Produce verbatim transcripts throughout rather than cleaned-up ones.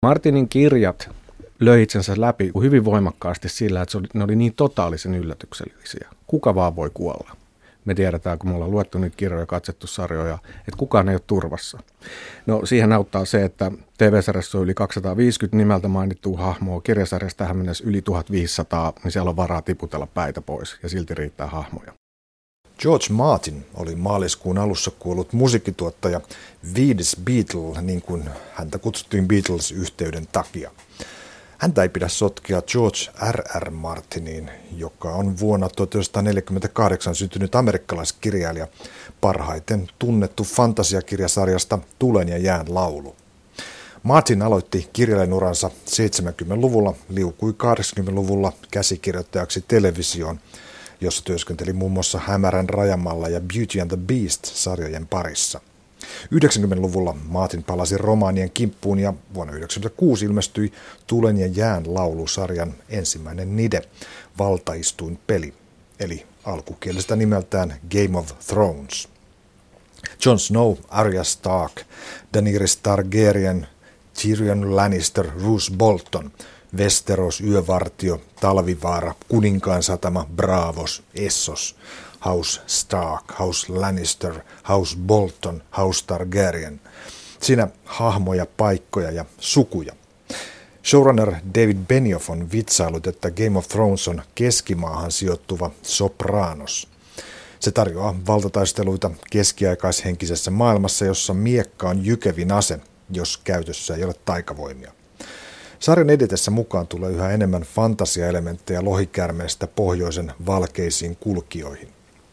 Martinin kirjat löi itsensä läpi hyvin voimakkaasti sillä, että se oli, ne oli niin totaalisen yllätyksellisiä. Kuka vaan voi kuolla. Me tiedetään, kun me ollaan luettu niitä kirjoja ja katsettu sarjoja, että kukaan ei ole turvassa. No siihen auttaa se, että T V-sarjassa on yli kaksisataaviisikymmentä nimeltä mainittua hahmoa, kirjasarjassa tähän mennessä yli tuhatviisisataa, niin siellä on varaa tiputella päitä pois ja silti riittää hahmoja. George Martin oli maaliskuun alussa kuollut musiikkituottaja viides Beatle, niin kuin häntä kutsuttiin Beatles-yhteyden takia. Häntä ei pidä sotkea George R R. Martiniin, joka on vuonna tuhatyhdeksänsataaneljäkymmentäkahdeksan syntynyt amerikkalaiskirjailija, parhaiten tunnettu fantasiakirjasarjasta Tulen ja jään laulu. Martin aloitti kirjailijanuransa seitsemänkymmentäluvulla, liukui kahdeksankymmentäluvulla käsikirjoittajaksi televisioon, jossa työskenteli muun muassa Hämärän rajamalla ja Beauty and the Beast-sarjojen parissa. yhdeksänkymmentäluvulla Martin palasi romaanien kimppuun ja vuonna yhdeksänkymmentäkuusi ilmestyi Tulen ja jään laulusarjan ensimmäinen nide, valtaistuin peli, eli alkukielestä nimeltään Game of Thrones. Jon Snow, Arya Stark, Daenerys Targaryen, Tyrion Lannister, Roose Bolton, Westeros, Yövartio, Talvivaara, Kuninkaansatama, Braavos, Essos, House Stark, House Lannister, House Bolton, House Targaryen. Siinä hahmoja, paikkoja ja sukuja. Showrunner David Benioff on vitsailut, että Game of Thrones on keskimaahan sijoittuva Sopranos. Se tarjoaa valtataisteluita keskiaikaishenkisessä maailmassa, jossa miekka on jykevin ase, jos käytössä ei ole taikavoimia. Sarjan edetessä mukaan tulee yhä enemmän fantasiaelementtejä lohikärmeestä pohjoisen valkeisiin kulkijoihin.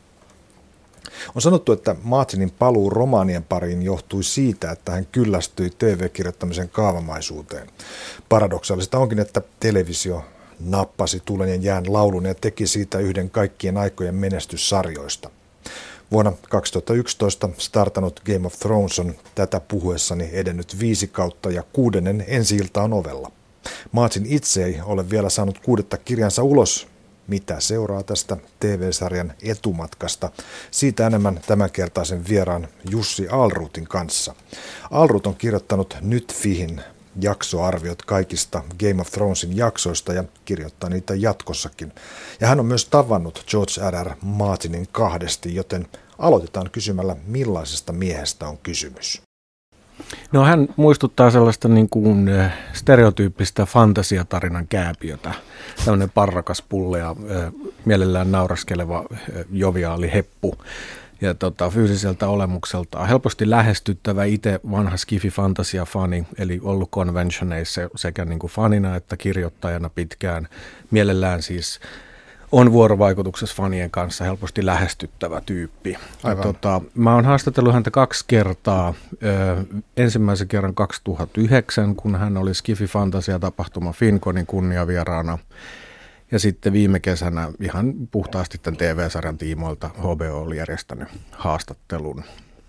On sanottu, että Martinin paluu romaanien pariin johtui siitä, että hän kyllästyi T V-kirjoittamisen kaavamaisuuteen. Paradoksaalista onkin, että televisio nappasi Tulen ja jään laulun ja teki siitä yhden kaikkien aikojen menestyssarjoista. Vuonna kaksituhattayksitoista startannut Game of Thrones on tätä puhuessani edennyt viisi kautta ja kuudennen ensi-ilta on ovella. Martin itse ei ole vielä saanut kuudetta kirjansa ulos. Mitä seuraa tästä T V-sarjan etumatkasta? Siitä enemmän tämänkertaisen vieraan Jussi Alrutin kanssa. Alrut on kirjoittanut Nyt Fihin jaksoarviot kaikista Game of Thronesin jaksoista ja kirjoittaa niitä jatkossakin. Ja hän on myös tavannut George R R. Martinin kahdesti, joten aloitetaan kysymällä, millaisesta miehestä on kysymys. No hän muistuttaa sellaista niin kuin stereotyyppistä fantasiatarinan kääpiötä. Tällainen parrakas pullea, mielellään nauraskeleva joviaali heppu. Ja tota, fyysiseltä olemukseltaan helposti lähestyttävä, itse vanha skifi-fantasia-fani, eli ollut conventioneissa sekä niin kuin fanina että kirjoittajana pitkään. Mielellään siis on vuorovaikutuksessa fanien kanssa helposti lähestyttävä tyyppi. Ja, tota, mä oon haastatellut häntä kaksi kertaa. Ö, ensimmäisen kerran kaksituhattayhdeksän, kun hän oli skifi-fantasia-tapahtuma Finconin kunniavieraana. Ja sitten viime kesänä ihan puhtaasti tämän T V-sarjan tiimoilta H B O oli järjestänyt haastattelun.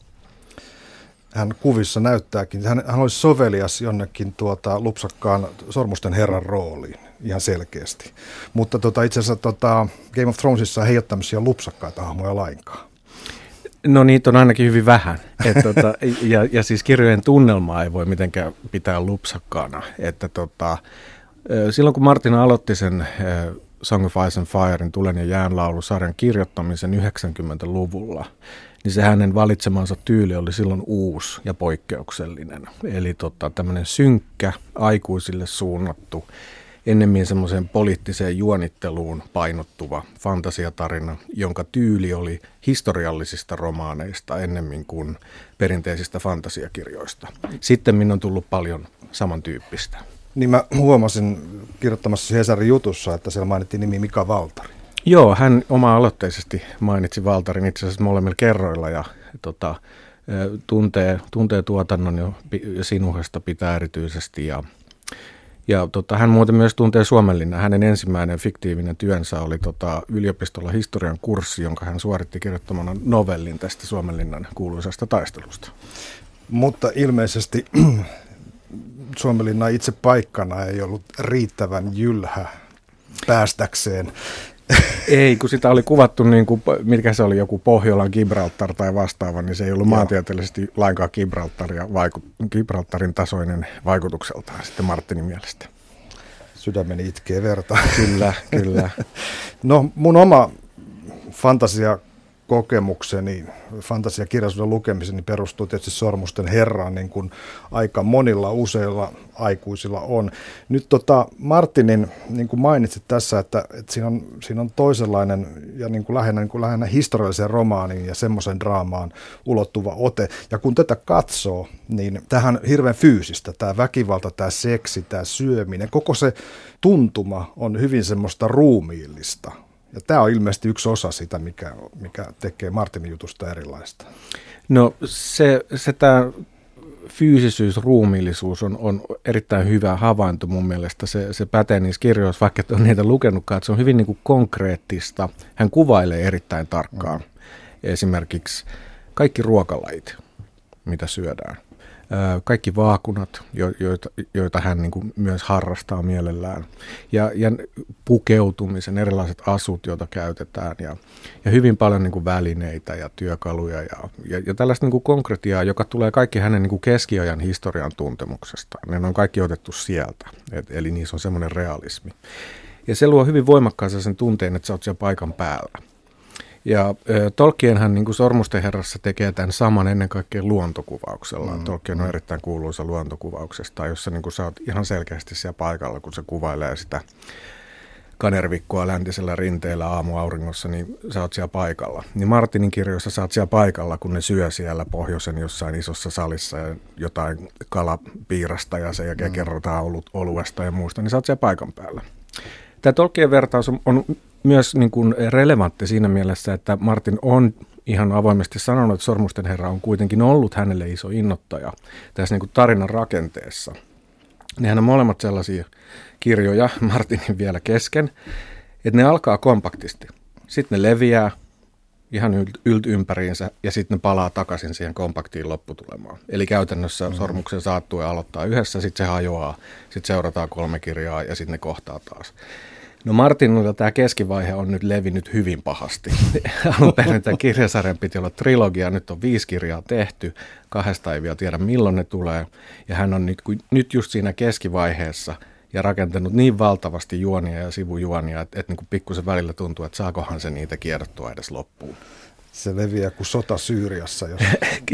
Hän kuvissa näyttääkin, hän, hän olisi sovelias jonnekin tuota Lupsakkaan Sormusten herran rooliin ihan selkeästi. Mutta tota, itse asiassa tota, Game of Thronesissa ei ole tämmöisiä lupsakkaita hahmoja lainkaan. No niitä on ainakin hyvin vähän. Et, tota, ja, ja siis kirjojen tunnelmaa ei voi mitenkään pitää lupsakkaana. Että, tota, silloin kun Martin aloitti sen Song of Ice and Firen, Tulen ja jään laulusarjan kirjoittamisen yhdeksänkymmentäluvulla, niin se hänen valitsemansa tyyli oli silloin uusi ja poikkeuksellinen. Eli tota, tämmöinen synkkä, aikuisille suunnattu, ennemmin semmoiseen poliittiseen juonitteluun painottuva fantasiatarina, jonka tyyli oli historiallisista romaaneista ennemmin kuin perinteisistä fantasiakirjoista. Sitten minun on tullut paljon samantyyppistä. Niin mä huomasin kirjoittamassa Hesarin jutussa, että siellä mainittiin nimi Mika Valtari. Joo, hän oma-aloitteisesti mainitsi Valtarin itse asiassa molemmilla kerroilla ja tota, tuntee, tuntee tuotannon jo Sinuhesta pitää erityisesti. Ja, ja tota, hän muuten myös tuntee Suomenlinnan. Hänen ensimmäinen fiktiivinen työnsä oli tota, yliopistolla historian kurssi, jonka hän suoritti kirjoittamana novellin tästä Suomenlinnan kuuluisasta taistelusta. Mutta ilmeisesti Suomenlinnan itse paikkana ei ollut riittävän jylhä päästäkseen Ei, kun sitä oli kuvattu, niin kuin, mitkä se oli, joku Pohjolan Gibraltar tai vastaava, niin se ei ollut Joo. maantieteellisesti lainkaan Gibraltaria, vaiku- Gibraltarin tasoinen vaikutukseltaan sitten Martinin mielestä. Sydämeni itkee verta. Kyllä, kyllä. No mun oma fantasia kokemukseni, fantasiakirjallisuuden lukemiseni perustuu tietysti Sormusten herraan, niin kuin aika monilla useilla aikuisilla on. Nyt tota, Martinin, niin kuin mainitsit tässä, että, että siinä, on, siinä on toisenlainen ja niin kuin lähinnä, niin kuin lähinnä historialliseen romaaniin ja semmoisen draamaan ulottuva ote. Ja kun tätä katsoo, niin tämähän on hirveän fyysistä, tämä väkivalta, tämä seksi, tämä syöminen, koko se tuntuma on hyvin semmoista ruumiillista. Ja tämä on ilmeisesti yksi osa sitä, mikä, mikä tekee Martinin jutusta erilaista. No se, se tämä fyysisyys, ruumiillisuus on, on erittäin hyvä havainto mun mielestä. Se, se pätee niissä kirjoissa, vaikka et ole niitä lukenutkaan, että se on hyvin niin kuin konkreettista. Hän kuvailee erittäin tarkkaan mm. esimerkiksi kaikki ruokalajit, mitä syödään. Kaikki vaakunat, joita, joita hän niin kuin myös harrastaa mielellään, ja, ja pukeutumisen, erilaiset asut, joita käytetään, ja, ja hyvin paljon niin kuin välineitä ja työkaluja, ja, ja, ja tällaista niin kuin konkretiaa, joka tulee kaikki hänen niin kuin keskiajan historian tuntemuksesta. Ne on kaikki otettu sieltä, et, eli niissä on semmoinen realismi. Ja se luo hyvin voimakkaasti sen tunteen, että sä oot siellä paikan päällä. Ja Tolkienhan niin kuin Sormusten herrassa tekee tämän saman ennen kaikkea luontokuvauksella. Mm. Tolkien on erittäin kuuluisa luontokuvauksesta, jossa niin kuin sä oot ihan selkeästi siellä paikalla, kun se kuvailee sitä kanervikkoa läntisellä rinteellä aamuauringossa, niin sä oot siellä paikalla. Niin Martinin kirjoissa sä oot siellä paikalla, kun ne syö siellä pohjoisen jossain isossa salissa ja jotain kalapiirasta ja sen jälkeen mm. kerrotaan oluesta ja muusta, niin sä oot siellä paikan päällä. Tämä Tolkien vertaus on, on myös niin kuin relevantti siinä mielessä, että Martin on ihan avoimesti sanonut, että Sormusten herra on kuitenkin ollut hänelle iso innoittaja tässä niin kuin tarinan rakenteessa. Nehän on molemmat sellaisia kirjoja Martinin vielä kesken, että ne alkaa kompaktisti. Sitten ne leviää ihan ylt, ylt ympäriinsä ja sitten ne palaa takaisin siihen kompaktiin lopputulemaan. Eli käytännössä mm-hmm. Sormuksen saattue aloittaa yhdessä, sitten se hajoaa, sitten seurataan kolme kirjaa ja sitten ne kohtaa taas. No Martinilla tämä keskivaihe on nyt levinnyt hyvin pahasti. Alun perin tämä kirjasarjan piti olla trilogia, nyt on viisi kirjaa tehty, kahdesta ei vielä tiedä milloin ne tulee. Ja hän on nyt, nyt just siinä keskivaiheessa ja rakentanut niin valtavasti juonia ja sivujuonia, että, että niin kuin pikkusen välillä tuntuu, että saakohan se niitä kierrottua edes loppuun. Se leviää kuin sota Syyriassa, jos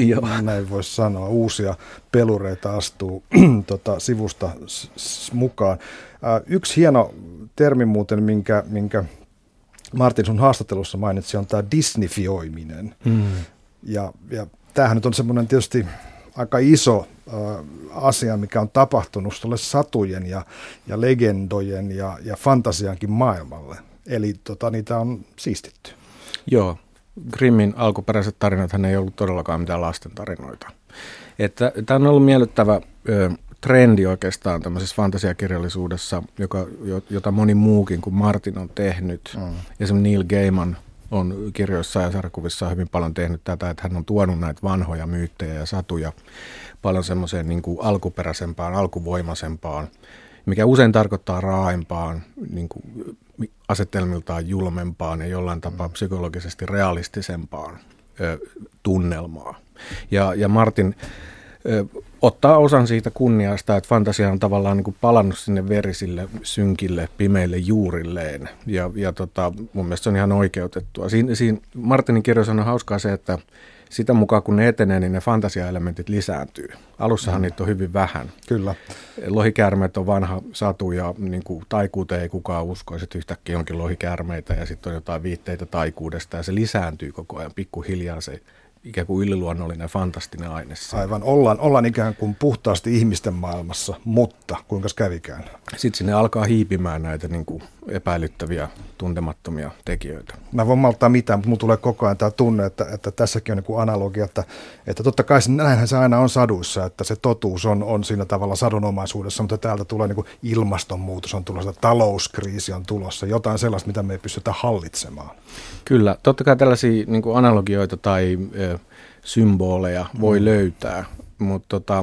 näin voisi sanoa. Uusia pelureita astuu tota, sivusta s- s- mukaan. Äh, yksi hieno termi muuten, minkä, minkä Martin sun haastattelussa mainitsi, on tämä disneyfioiminen. Mm. Ja, ja tämähän nyt on semmoinen tietysti aika iso äh, asia, mikä on tapahtunut tuolle satujen ja, ja legendojen ja, ja fantasiankin maailmalle. Eli tota, niitä on siistitty. Joo. Grimmin alkuperäiset tarinathan ei ollut todellakaan mitään lasten tarinoita. Että tämä on ollut miellyttävä ö, trendi oikeastaan tämmöisessä fantasiakirjallisuudessa, joka, jota moni muukin kuin Martin on tehnyt. Mm. Esimerkiksi Neil Gaiman on kirjoissaan ja sarjakuvissaan hyvin paljon tehnyt tätä, että hän on tuonut näitä vanhoja myyttejä ja satuja paljon semmoiseen niin kuin alkuperäisempaan, alkuvoimaisempaan, mikä usein tarkoittaa raaempaan, niin kuin asetelmiltaan julmempaan ja jollain tapaa psykologisesti realistisempaan ö, tunnelmaan. Ja, ja Martin ö, ottaa osan siitä kunniasta, että fantasia on tavallaan niin kuin palannut sinne verisille, synkille, pimeille juurilleen. Ja, ja tota, mun mielestä se on ihan oikeutettua. Siin, siin Martinin kirjoissa on hauskaa se, että sitä mukaan kun ne etenee, niin ne fantasiaelementit lisääntyy. Alussahan mm. niitä on hyvin vähän. Kyllä. Lohikäärmeet on vanha satu ja niin kuin taikuuteen ei kukaan usko. Ja sitten yhtäkkiä onkin lohikäärmeitä ja sitten on jotain viitteitä taikuudesta ja se lisääntyy koko ajan pikkuhiljaa se ikään kuin yliluonnollinen fantastinen aine. Aivan, ollaan, ollaan ikään kuin puhtaasti ihmisten maailmassa, mutta kuinka kävikään? Sitten sinne alkaa hiipimään näitä niin kuin epäilyttäviä, tuntemattomia tekijöitä. Mä voin malttaa mitään, mutta mulla tulee koko ajan tämä tunne, että, että tässäkin on niin kuin analogia, että, että totta kai se, näinhän se aina on saduissa, että se totuus on, on siinä tavalla sadunomaisuudessa, mutta täältä tulee niin kuin ilmastonmuutos on tulossa, talouskriisi on tulossa, jotain sellaista, mitä me ei pystytä hallitsemaan. Kyllä, totta kai tällaisia niin kuin analogioita tai ö, symboleja voi mm. löytää, mutta tota,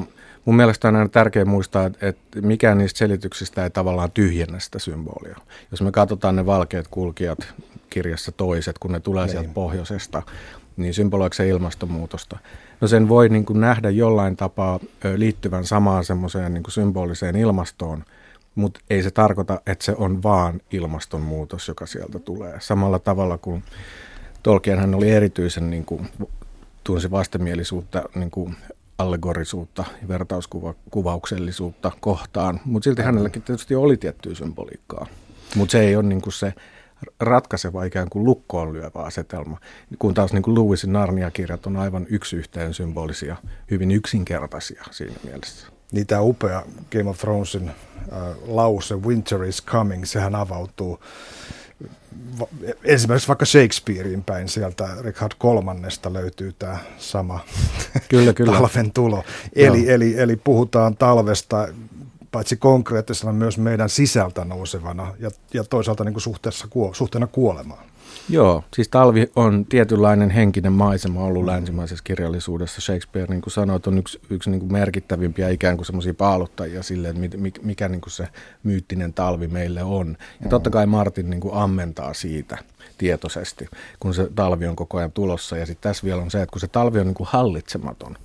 mun mielestä on aina tärkeää muistaa, että, että mikään niistä selityksistä ei tavallaan tyhjennä sitä symbolia. Jos me katsotaan ne valkeat kulkijat kirjassa toiset, kun ne tulee Nein. sieltä pohjoisesta, niin symboloiko se ilmastonmuutosta? No sen voi niin kuin nähdä jollain tapaa liittyvän samaan semmoiseen niin kuin symboliseen ilmastoon, mutta ei se tarkoita, että se on vaan ilmastonmuutos, joka sieltä tulee. Samalla tavalla kuin Tolkien hän oli erityisen niin kuin, tunsi vastenmielisuutta, niin kuin allegorisuutta ja vertauskuvauksellisuutta kohtaan, mutta silti hänelläkin tietysti oli tiettyä symboliikkaa. Mutta se ei ole niin kuin se ratkaiseva ikään kuin lukkoon lyövä asetelma, kun taas niin kuin Lewisin Narnia-kirjat on aivan yksi yhteen symbolisia, hyvin yksinkertaisia siinä mielessä. Niin tämä upea Game of Thronesin äh, lause Winter is coming, sehän avautuu va- esimerkiksi vaikka Shakespearein päin, sieltä Richard kolmannesta löytyy tämä sama kyllä, kyllä. talven tulo. Eli, eli, eli puhutaan talvesta paitsi konkreettisena myös meidän sisältä nousevana ja, ja toisaalta niin kuin suhteessa, suhteena kuolemaan. Joo, siis talvi on tietynlainen henkinen maisema ollut länsimaisessa kirjallisuudessa. Shakespeare, niin kuin sanoit, on yksi, yksi niin kuin merkittävimpiä ikään kuin semmoisia paaluttajia sille, että mikä, mikä niin kuin se myyttinen talvi meille on. Ja totta kai Martin niin kuin ammentaa siitä tietoisesti, kun se talvi on koko ajan tulossa. Ja sitten tässä vielä on se, että kun se talvi on niin kuin hallitsematon,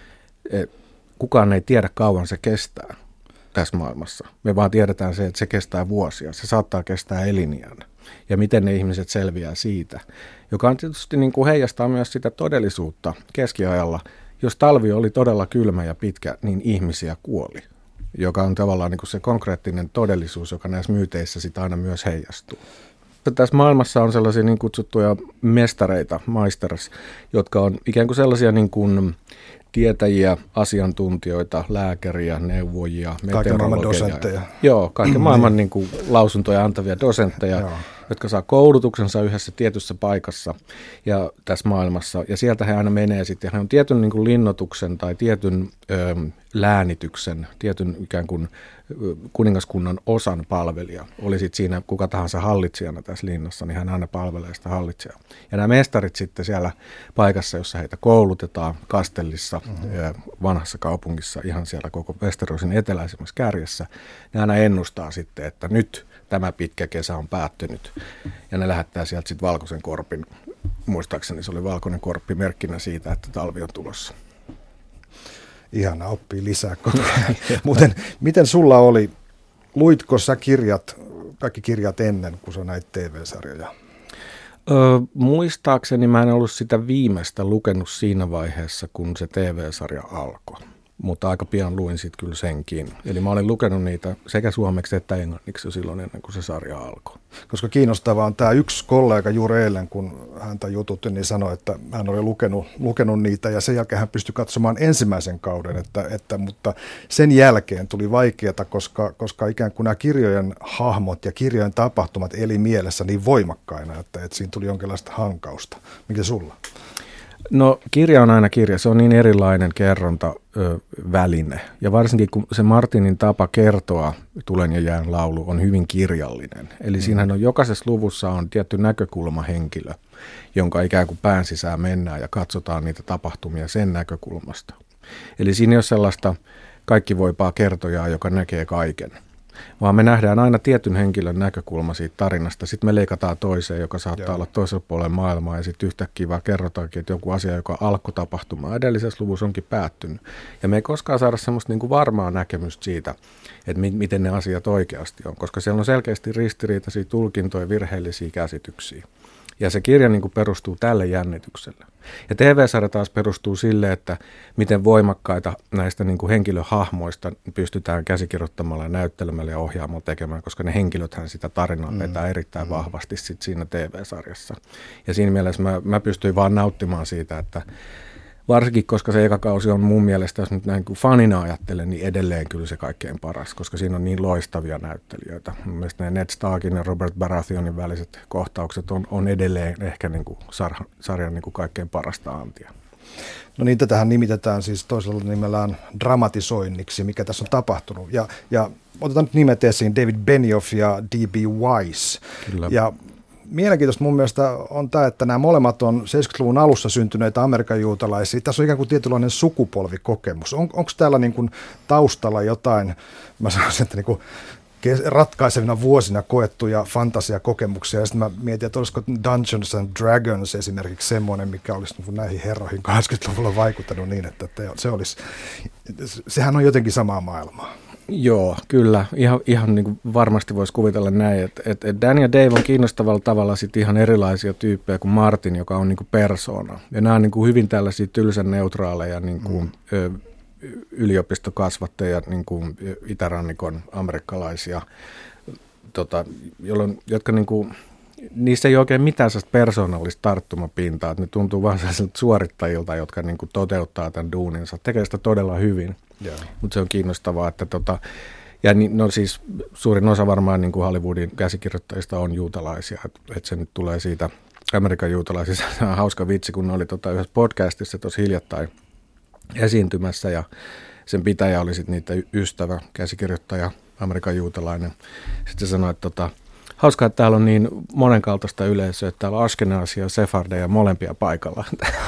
kukaan ei tiedä kauan se kestää tässä maailmassa. Me vaan tiedetään se, että se kestää vuosia. Se saattaa kestää eliniän. Ja miten ne ihmiset selviää siitä, joka on tietysti niin kuin heijastaa myös sitä todellisuutta keskiajalla. Jos talvi oli todella kylmä ja pitkä, niin ihmisiä kuoli, joka on tavallaan niin kuin se konkreettinen todellisuus, joka näissä myyteissä sitä aina myös heijastuu. Tässä maailmassa on sellaisia niin kutsuttuja mestareita, maisters, jotka on ikään kuin sellaisia niin kuin tietäjiä, asiantuntijoita, lääkäriä, neuvojia, meteorologeja. Joo, kaiken maailman niin kuin lausuntoja antavia dosentteja, jotka saa koulutuksensa yhdessä tietyssä paikassa ja tässä maailmassa. Ja sieltä he aina menee sitten, ja he on tietyn niin kuin linnoituksen tai tietyn ö, läänityksen, tietyn ikään kuin kuningaskunnan osan palvelija. Oli sitten siinä kuka tahansa hallitsijana tässä linnassa, niin hän aina palvelee sitä hallitsijaa. Ja nämä mestarit sitten siellä paikassa, jossa heitä koulutetaan, Kastellissa, mm-hmm. vanhassa kaupungissa, ihan siellä koko Westerosin eteläisemmässä kärjessä, ne aina ennustaa sitten, että nyt tämä pitkä kesä on päättynyt. Ja ne lähettää sieltä sitten valkoisen korpin, muistaakseni se oli valkoinen korppi merkkinä siitä, että talvi on tulossa. Ihana, oppii lisää koko ajan. Muuten, miten sulla oli, luitko sä kirjat, kaikki kirjat ennen kuin sä näit T V-sarjoja? Öö, muistaakseni mä en ollut sitä viimeistä lukenut siinä vaiheessa, kun se T V-sarja alkoi. Mutta aika pian luin sitten kyllä senkin. Eli mä olin lukenut niitä sekä suomeksi että englanniksi jo silloin ennen kuin se sarja alkoi. Koska kiinnostavaa on tämä yksi kollega juuri eilen, kun häntä jututti, niin sanoi, että hän oli lukenut, lukenut niitä ja sen jälkeen hän pystyi katsomaan ensimmäisen kauden, että, että, mutta sen jälkeen tuli vaikeaa, koska, koska ikään kuin nämä kirjojen hahmot ja kirjojen tapahtumat eli mielessä niin voimakkaina, että, että siinä tuli jonkinlaista hankausta. Mikä sulla? No kirja on aina kirja, se on niin erilainen kerrontaväline ja varsinkin kun se Martinin tapa kertoa Tulen ja jään laulu on hyvin kirjallinen. Eli mm. siinähän on jokaisessa luvussa on tietty näkökulmahenkilö, jonka ikään kuin pään sisään mennään ja katsotaan niitä tapahtumia sen näkökulmasta. Eli siinä ei ole sellaista kaikkivoipaa kertojaa, joka näkee kaiken, vaan me nähdään aina tietyn henkilön näkökulma siitä tarinasta. Sitten me leikataan toiseen, joka saattaa Joo. olla toisella puolella maailmaa, ja sitten yhtäkkiä vaan kerrotaankin, että joku asia, joka alkoi tapahtumaan edellisessä luvussa, onkin päättynyt. Ja me ei koskaan saada semmoista niin kuin varmaa näkemystä siitä, että mi- miten ne asiat oikeasti on, koska siellä on selkeästi ristiriitaisia tulkintoja, virheellisiä käsityksiä. Ja se kirja niin kuin perustuu tälle jännitykselle. Ja T V-sarja taas perustuu sille, että miten voimakkaita näistä niin kuin henkilöhahmoista pystytään käsikirjoittamalla ja näyttelemällä ja ohjaamalla tekemään, koska ne henkilöthän sitä tarinaa vetää mm. erittäin mm. vahvasti sit siinä T V-sarjassa. Ja siinä mielessä mä, mä pystyin vaan nauttimaan siitä, että varsinkin, koska se eka kausi on mun mielestä, jos nyt näin kuin fanina ajattelen, niin edelleen kyllä se kaikkein paras, koska siinä on niin loistavia näyttelijöitä. Mun mielestä ne Ned Starkin ja Robert Baratheonin väliset kohtaukset on, on edelleen ehkä niin kuin sar- sarjan niin kuin kaikkein parasta antia. No niin, tätähän nimitetään siis toisella nimellään dramatisoinniksi, mikä tässä on tapahtunut. Ja, ja otetaan nyt nimet esiin, David Benioff ja D B. Weiss. Kyllä. Ja Mielenkiintoista mun mielestä on tämä, että nämä molemmat on seitsemänkymmentäluvun alussa syntyneitä Amerikan juutalaisia. Tässä on ikään kuin tietynlainen sukupolvikokemus. On, onko täällä niin kuin taustalla jotain, mä sanoisin, että niin kuin ratkaisevina vuosina koettuja fantasiakokemuksia. Ja sitten mä mietin, että olisiko Dungeons and Dragons esimerkiksi semmoinen, mikä olisi niin kuin näihin herroihin kahdeksankymmentäluvulla vaikuttanut niin, että se olisi, sehän on jotenkin samaa maailmaa. Joo, kyllä. Ihan, ihan niin kuin varmasti voisi kuvitella näin, että, että Dan ja Dave on kiinnostavalla tavalla sit ihan erilaisia tyyppejä kuin Martin, joka on niin kuin persoona. Ja nämä on niin kuin hyvin tällaisia tylsän neutraaleja niin kuin, mm. ö, yliopistokasvattajia, niin kuin itärannikon amerikkalaisia, tota, jolloin, jotka niin kuin, niissä ei oikein mitään sellaista persoonallista tarttumapintaa, että ne tuntuu vaan sellaisilta suorittajilta, jotka niin kuin toteuttaa tämän duuninsa, tekee sitä todella hyvin. Yeah. Mutta se on kiinnostavaa, että tota, ja niin, no siis suurin osa varmaan niin kuin Hollywoodin käsikirjoittajista on juutalaisia, että et se nyt tulee siitä Amerikan juutalaisista. Hauska vitsi, kun ne oli tota yhdessä podcastissa tuossa hiljattain esiintymässä ja sen pitäjä oli sitten niiden ystävä, käsikirjoittaja, Amerikan juutalainen. Sitten se sanoi, että tota, hauskaa, että täällä on niin monenkaltaista yleisöä, että täällä on askenaasia ja sefardeja molempia paikalla.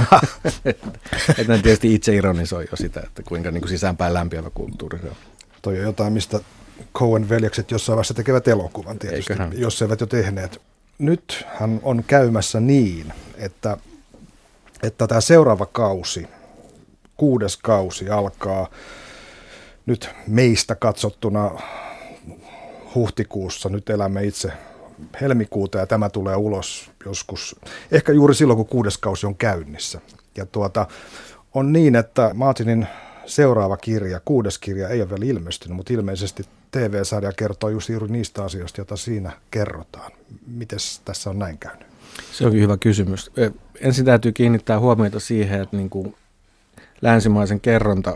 Että ne tietysti itse ironisoi jo sitä, että kuinka niin kuin sisäänpäin lämpiävä kulttuuri se on. Toi on jotain, mistä Coen-veljekset jossain vaiheessa tekevät elokuvan tietysti, eiköhän, jos eivät jo tehneet. Nyt hän on käymässä niin, että, että tämä seuraava kausi, kuudes kausi alkaa nyt meistä katsottuna huhtikuussa. Nyt elämme itse helmikuuta ja tämä tulee ulos joskus, ehkä juuri silloin, kun kuudes kausi on käynnissä. Ja tuota, on niin, että Martinin seuraava kirja, kuudes kirja, ei ole vielä ilmestynyt, mutta ilmeisesti T V-sarja kertoo just juuri niistä asioista, joita siinä kerrotaan. Mites tässä on näin käynyt? Se onkin hyvä kysymys. Ensin täytyy kiinnittää huomiota siihen, että niin kuin länsimaisen kerronta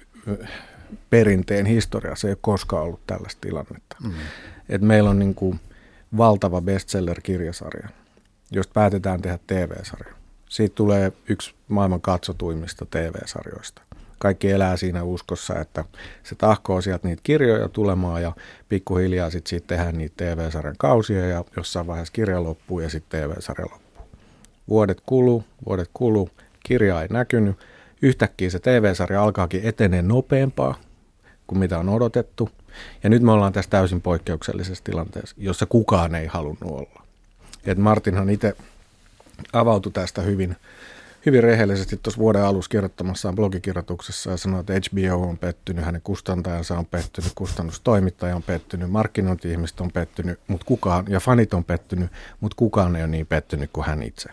perinteen historiassa ei ole koskaan ollut tällaista tilannetta. Mm. Et meillä on niin kuin valtava bestseller-kirjasarja, josta päätetään tehdä T V-sarja. Siitä tulee yksi maailman katsotuimmista T V-sarjoista. Kaikki elää siinä uskossa, että se tahkoo sieltä niitä kirjoja tulemaan ja pikkuhiljaa sitten siitä tehdään niitä T V-sarjan kausia ja jossain vaiheessa kirja loppuu ja sitten T V-sarja loppuu. Vuodet kuluu, vuodet kuluu, kirja ei näkynyt. Yhtäkkiä se T V-sarja alkaakin etenee nopeampaa kuin mitä on odotettu. Ja nyt me ollaan tässä täysin poikkeuksellisessa tilanteessa, jossa kukaan ei halunnut olla. Et Martinhan itse avautui tästä hyvin, hyvin rehellisesti tuossa vuoden alussa kirjoittamassaan blogikirjoituksessa ja sanoi, että H B O on pettynyt, hänen kustantajansa on pettynyt, kustannustoimittaja on pettynyt, markkinointi-ihmiset on pettynyt, mutta kukaan, ja fanit on pettynyt, mutta kukaan ei ole niin pettynyt kuin hän itse.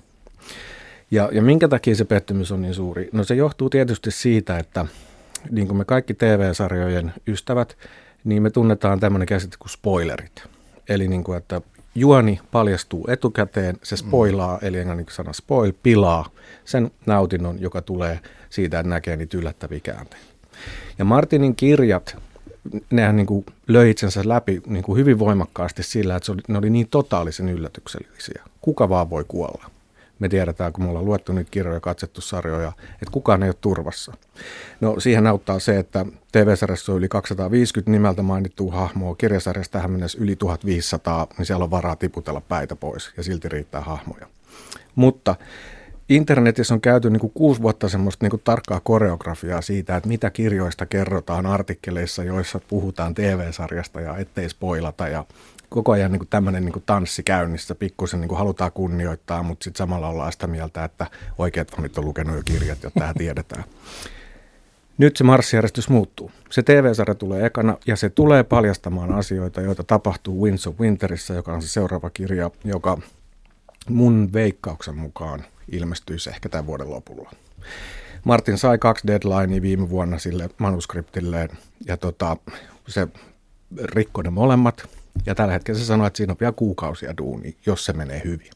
Ja, ja minkä takia se pettymys on niin suuri? No se johtuu tietysti siitä, että niin kuin me kaikki T V-sarjojen ystävät, niin me tunnetaan tämmöinen käsite kuin spoilerit. Eli niin kuin, että juoni paljastuu etukäteen, se spoilaa, mm. eli englanniksi sana spoil, pilaa sen nautinnon, joka tulee siitä, että näkee niitä yllättäviä käänteitä. Ja Martinin kirjat, nehän niin kuin löi itsensä läpi niin kuin hyvin voimakkaasti sillä, että se oli, ne oli niin totaalisen yllätyksellisiä. Kuka vaan voi kuolla. Me tiedetään, kun me ollaan luettu niitä kirjoja, katsettu sarjoja, että kukaan ei ole turvassa. No siihen auttaa se, että T V-sarjassa on yli kaksisataaviisikymmentä nimeltä mainittua hahmoa, kirjasarjassa tähän mennessä yli tuhatviisisataa, niin siellä on varaa tiputella päitä pois ja silti riittää hahmoja. Mutta internetissä on käyty niin kuin kuusi vuotta semmoista niin kuin tarkkaa koreografiaa siitä, että mitä kirjoista kerrotaan artikkeleissa, joissa puhutaan T V-sarjasta ja ettei spoilata ja koko ajan niin kuin tämmöinen niin kuin tanssi käynnissä, pikkusen niin kuin halutaan kunnioittaa, mutta sitten samalla ollaan sitä mieltä, että oikeat fanit on lukenut jo kirjat, jotta tämä tiedetään. Nyt se marssijärjestys muuttuu. Se T V-sarja tulee ekana ja se tulee paljastamaan asioita, joita tapahtuu Winds of Winterissä, joka on se seuraava kirja, joka mun veikkauksen mukaan ilmestyisi ehkä tämän vuoden lopulla. Martin sai kaksi deadlinea viime vuonna sille manuskriptilleen ja tota, se rikkoi ne molemmat. Ja tällä hetkellä se sanoo, että siinä on vielä kuukausia duunia, jos se menee hyvin.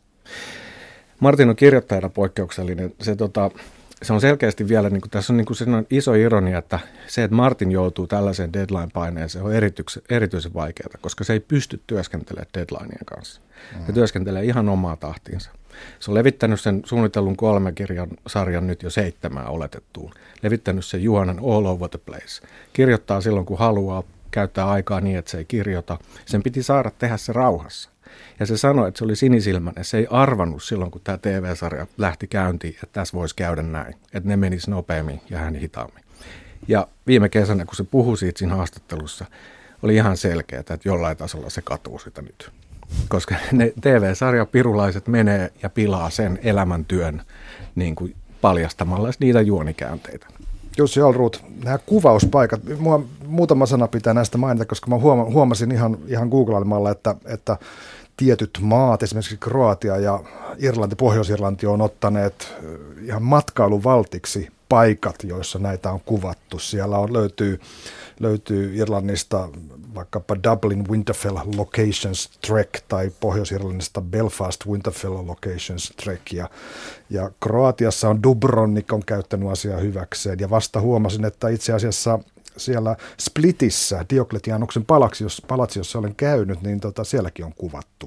Martin on kirjoittajana poikkeuksellinen. Se, tota, se on selkeästi vielä, niin kuin, tässä on niin kuin iso ironia, että se, että Martin joutuu tällaiseen deadline-paineeseen, on erityisen, erityisen vaikeaa, koska se ei pysty työskentelemään deadlineien kanssa. Mm. Se työskentelee ihan omaa tahtiinsa. Se on levittänyt sen suunnitellun kolme kirjan sarjan nyt jo seitsemään oletettuun. Levittänyt sen juonen all over the place. Kirjoittaa silloin, kun haluaa. käyttää aikaa niin, että se ei kirjoita. Sen piti saada tehdä se rauhassa. Ja se sanoi, että se oli sinisilmäinen. Se ei arvannut silloin, kun tämä T V-sarja lähti käyntiin, että tässä voisi käydä näin. Että ne menisi nopeammin ja hän hitaammin. Ja viime kesänä, kun se puhui siitä siinä haastattelussa, oli ihan selkeää, että jollain tasolla se katuu sitä nyt. Koska ne T V-sarjan pirulaiset menee ja pilaa sen elämäntyön niin kuin paljastamalla niitä juonikäänteitä. Jussi Alruut, nämä kuvauspaikat, mua muutama sana pitää näistä mainita, koska mä huomasin ihan, ihan googlailemalla, että, että tietyt maat, esimerkiksi Kroatia ja Irlanti, Pohjois-Irlanti on ottaneet ihan matkailuvaltiksi paikat, joissa näitä on kuvattu. Siellä on, löytyy, löytyy Irlannista vaikkapa Dublin Winterfell Locations Trek tai Pohjois-Irlannista Belfast Winterfell Locations Trek. Ja, ja Kroatiassa on Dubrovnik on käyttänyt asiaa hyväkseen. Ja vasta huomasin, että itse asiassa siellä Splitissä, Diokletianoksen palatsi, palatsi, jossa olen käynyt, niin tota, sielläkin on kuvattu.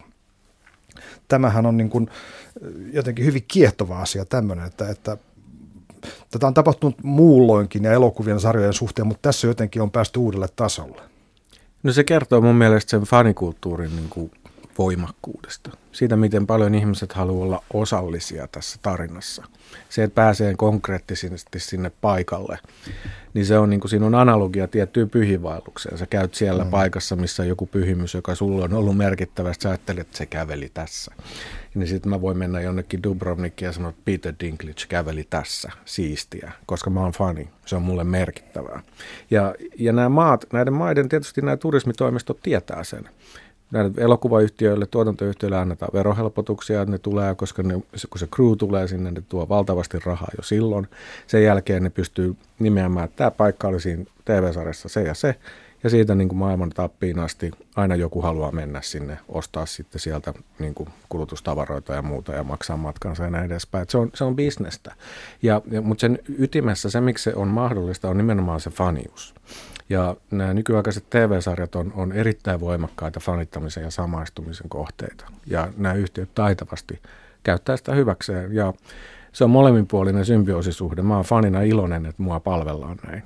Tämähän on niin kuin jotenkin hyvin kiehtova asia tämmöinen, että, että tätä on tapahtunut muulloinkin ja elokuvien sarjojen suhteen, mutta tässä jotenkin on päästy uudelle tasolle. No se kertoo mun mielestä sen fanikulttuurin niin kuin voimakkuudesta. Siitä, miten paljon ihmiset haluaa olla osallisia tässä tarinassa. Se, että pääsee konkreettisesti sinne paikalle, niin se on niin kuin siinä on analogia tiettyyn pyhiinvaellukseen. Sä käyt siellä mm. paikassa, missä on joku pyhimys, joka sulla on ollut merkittävästi. Sä ajattelet, että se käveli tässä. Niin sitten mä voin mennä jonnekin Dubrovnikiin ja sanoa, että Peter Dinklage käveli tässä, siistiä, koska mä oon fani. Se on mulle merkittävää. Ja, ja nämä maat, näiden maiden tietysti nämä turismitoimistot tietää sen. Näille elokuvayhtiöille, tuotantoyhtiöille annetaan verohelpotuksia, että ne tulee, koska ne, kun se crew tulee sinne, ne tuo valtavasti rahaa jo silloin. Sen jälkeen ne pystyy nimeämään, että tämä paikka oli siinä T V-sarjassa se ja se, ja siitä niin kuin maailman tappiin asti aina joku haluaa mennä sinne, ostaa sitten sieltä niin kuin kulutustavaroita ja muuta ja maksaa matkansa ja näin edespäin. Että se on, se on bisnestä, ja, ja, mutta sen ytimessä se, miksi se on mahdollista, on nimenomaan se fanius. Ja nämä nykyaikaiset T V-sarjat on, on erittäin voimakkaita fanittamisen ja samaistumisen kohteita. Ja nämä yhtiöt taitavasti käyttää sitä hyväkseen. Ja se on molemminpuolinen symbioosisuhde. Mä oon fanina iloinen, että mua palvellaan näin.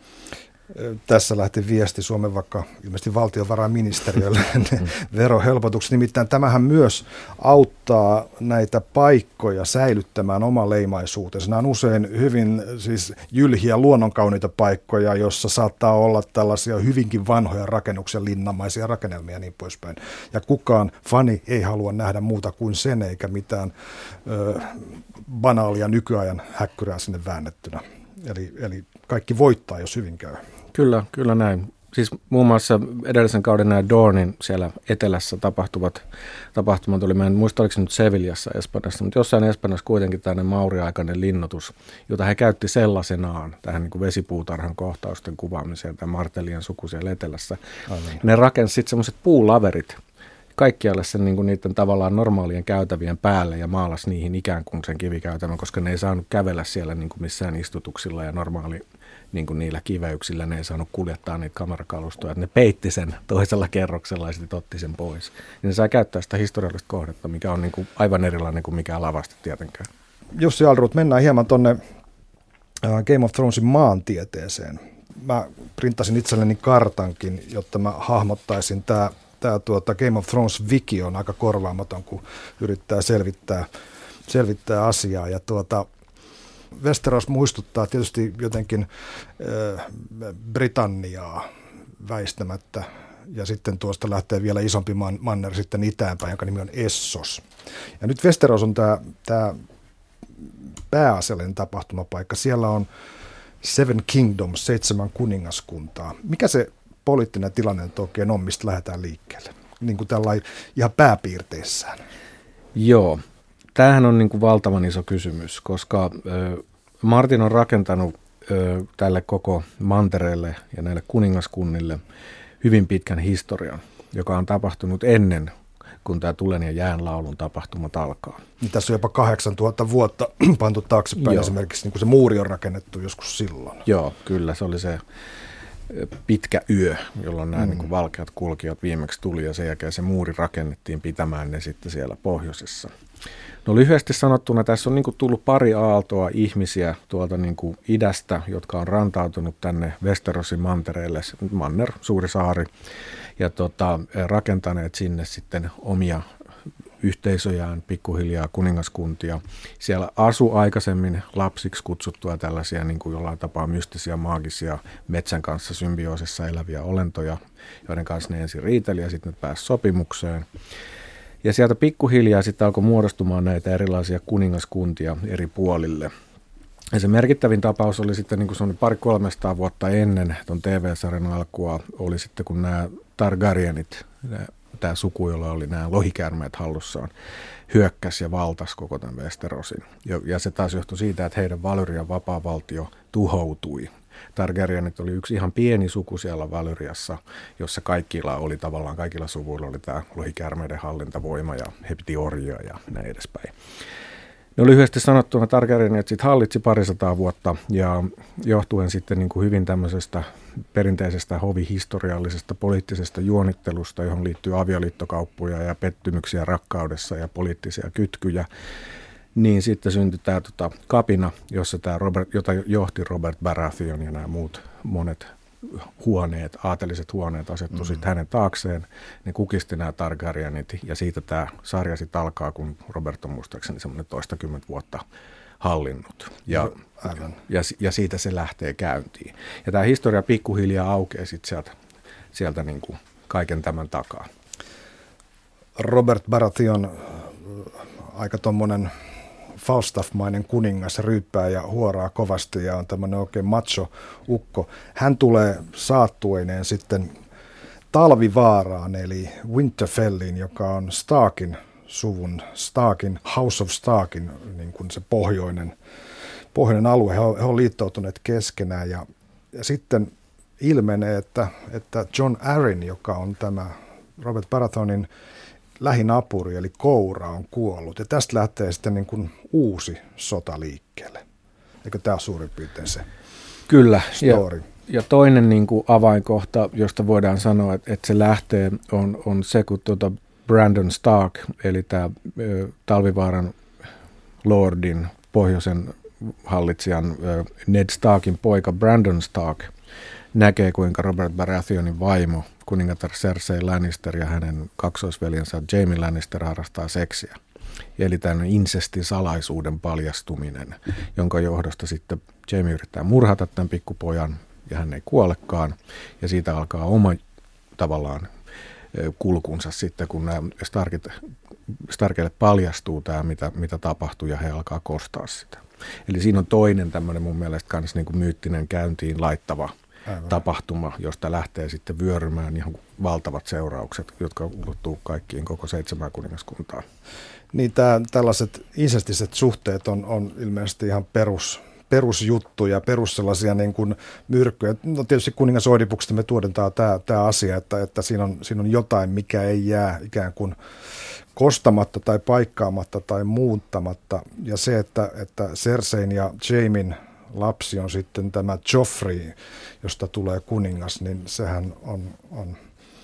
Tässä lähti viesti Suomen vaikka ilmeisesti valtiovarainministeriölle verohelpotukset. Nimittäin tämähän myös auttaa näitä paikkoja säilyttämään oman leimaisuutensa. Nämä on usein hyvin siis jylhiä luonnonkauniita paikkoja, jossa saattaa olla tällaisia hyvinkin vanhoja rakennuksia, linnamaisia rakennelmia ja niin poispäin. Ja kukaan fani ei halua nähdä muuta kuin sen, eikä mitään ö, banaalia nykyajan häkkyrää sinne väännettynä. Eli, eli kaikki voittaa, jos hyvin käy. Kyllä, kyllä näin. Siis muun muassa edellisen kauden nämä Dornin siellä etelässä tapahtuvat tapahtumat oli, mä en muista oliko se nyt Sevillassa Espanjassa, mutta jossain Espanjassa kuitenkin tämmöinen mauriaikainen linnoitus, jota he käytti sellaisenaan tähän niin kuin vesipuutarhan kohtausten kuvaamiseen tai Martellien suku siellä etelässä. Aivan. Ne rakensi sitten semmoiset puulaverit kaikkialle sen niin kuin niiden tavallaan normaalien käytävien päälle ja maalas niihin ikään kuin sen kivikäytävän, koska ne ei saanut kävellä siellä niin kuin missään istutuksilla ja normaali niin kuin niillä kiveyksillä ne ei saanut kuljettaa niitä kamerakalustoja. Ne peitti sen toisella kerroksella ja sitten otti sen pois. Ja ne saa käyttää sitä historiallista kohdetta, mikä on niin kuin aivan erilainen kuin mikään lavaste tietenkään. Jussi Alruut, mennään hieman tuonne Game of Thronesin maantieteeseen. Mä printtasin itselleni kartankin, jotta mä hahmottaisin tämä Tämä tuota Game of Thrones-wiki on aika korvaamaton, kun yrittää selvittää, selvittää asiaa. Ja tuota, Westeros muistuttaa tietysti jotenkin äh, Britanniaa väistämättä. Ja sitten tuosta lähtee vielä isompi man, manner sitten itäänpäin, jonka nimi on Essos. Ja nyt Westeros on tämä, tämä pääasiallinen tapahtumapaikka. Siellä on Seven Kingdoms, seitsemän kuningaskuntaa. Mikä se poliittinen tilanne oikein on, mistä lähdetään liikkeelle, niin kuin tällainen ihan pääpiirteissään? Joo, tämähän on niin kuin valtavan iso kysymys, koska ö, Martin on rakentanut ö, tälle koko mantereelle ja näille kuningaskunnille hyvin pitkän historian, joka on tapahtunut ennen kun tämä tulen ja jään laulun tapahtumat alkaa. Niin tässä on jopa kahdeksantuhatta vuotta pantu taaksepäin. Joo. Esimerkiksi niin kuin se muuri on rakennettu joskus silloin. Joo, kyllä se oli se pitkä yö, jolloin nämä mm. niin kuin valkeat kulkijat viimeksi tuli ja sen jälkeen se muuri rakennettiin pitämään ne sitten siellä pohjoisessa. No lyhyesti sanottuna tässä on niin kuin tullut pari aaltoa ihmisiä tuolta niin kuin idästä, jotka on rantautunut tänne Westerosin mantereelle, manner, suuri saari, ja tota, rakentaneet sinne sitten omia yhteisöjään, pikkuhiljaa kuningaskuntia. Siellä asui aikaisemmin lapsiksi kutsuttua tällaisia niin kuin jollain tapaa mystisiä, maagisia, metsän kanssa symbioosissa eläviä olentoja, joiden kanssa ne ensin riiteli ja sitten ne pääsi sopimukseen. Ja sieltä pikkuhiljaa sitten alkoi muodostumaan näitä erilaisia kuningaskuntia eri puolille. Ja se merkittävin tapaus oli sitten niin kuin se oli pari kolmestaan vuotta ennen tuon T V-sarjan alkua, oli sitten kun nämä Targaryenit, tämä suku, jolla oli nämä lohikäärmeet hallussaan, hyökkäsi ja valtasi koko tämän Westerosin. Ja se taas johtui siitä, että heidän Valyrian vapaavaltio tuhoutui. Targaryenit oli yksi ihan pieni suku siellä Valyriassa, jossa kaikilla oli tavallaan, kaikilla suvuilla oli tämä lohikäärmeiden hallintavoima ja he piti orjia ja näin edespäin. No lyhyesti sanottuna Targaryenit sitten hallitsi parisataa vuotta ja johtuen sitten niin kuin hyvin tämmöisestä perinteisestä hovihistoriallisesta poliittisesta juonittelusta, johon liittyy avioliittokauppoja ja pettymyksiä rakkaudessa ja poliittisia kytkyjä, niin sitten syntyi tämä tota, kapina, jossa tämä Robert, jota johti Robert Baratheon ja nämä muut monet huoneet, aateliset huoneet asettu mm-hmm. sitten hänen taakseen. Ne kukisti nämä Targaryenit ja siitä tämä sarja sitten alkaa, kun Robert on muistaakseni semmoinen toistakymmentä vuotta hallinnut. Ja, no, ja, ja siitä se lähtee käyntiin. Ja tämä historia pikkuhiljaa aukeaa sitten sieltä, sieltä niin kuin kaiken tämän takaa. Robert Baratheon aika tommonen Falstaff-mainen kuningas, ryyppää ja huoraa kovasti ja on tämmöinen oikein macho-ukko. Hän tulee saattueineen sitten Talvivaaraan eli Winterfelliin, joka on Starkin suvun, Starkin, House of Starkin, niin kuin se pohjoinen, pohjoinen alue. He on, he on liittoutuneet keskenään ja, ja sitten ilmenee, että, että Jon Arryn, joka on tämä Robert Baratheonin lähinapuri, eli Koura, on kuollut. Ja tästä lähtee sitten niin kuin uusi sota liikkeelle. Eikö tämä ole suurin piirtein se Kyllä. story? Ja, ja toinen niin kuin avainkohta, josta voidaan sanoa, että, että se lähtee, on, on se, kun tuota Brandon Stark, eli tämä ö, Talvivaaran lordin, pohjoisen hallitsijan ö, Ned Starkin poika Brandon Stark näkee, kuinka Robert Baratheonin vaimo, kuningatar Cersei Lannister ja hänen kaksoisveljensä Jaime Lannister harrastaa seksiä. Eli tämän insestin salaisuuden paljastuminen, jonka johdosta sitten Jaime yrittää murhata tämän pikkupojan ja hän ei kuolekaan. Ja siitä alkaa oma tavallaan kulkunsa sitten, kun nämä Starkit, Starkille paljastuu tämä, mitä, mitä tapahtuu ja he alkaa kostaa sitä. Eli siinä on toinen tämmöinen mun mielestä myös niin kuin myyttinen käyntiin laittava Aivan. tapahtuma, josta lähtee sitten vyörymään ihan valtavat seuraukset, jotka ulottuu kaikkiin koko seitsemään kuningaskuntaan. Niin tämä, tällaiset insestiset suhteet on, on ilmeisesti ihan perus, perusjuttuja, perus sellaisia niin kuin myrkkyjä. No tietysti kuningas Oidipuksesta me tuodentaa tämä, tämä asia, että, että siinä, on, siinä on jotain, mikä ei jää ikään kuin kostamatta tai paikkaamatta tai muuttamatta. Ja se, että, että Cersein ja Jaimen lapsi on sitten tämä Joffrey, josta tulee kuningas, niin sehän on, on,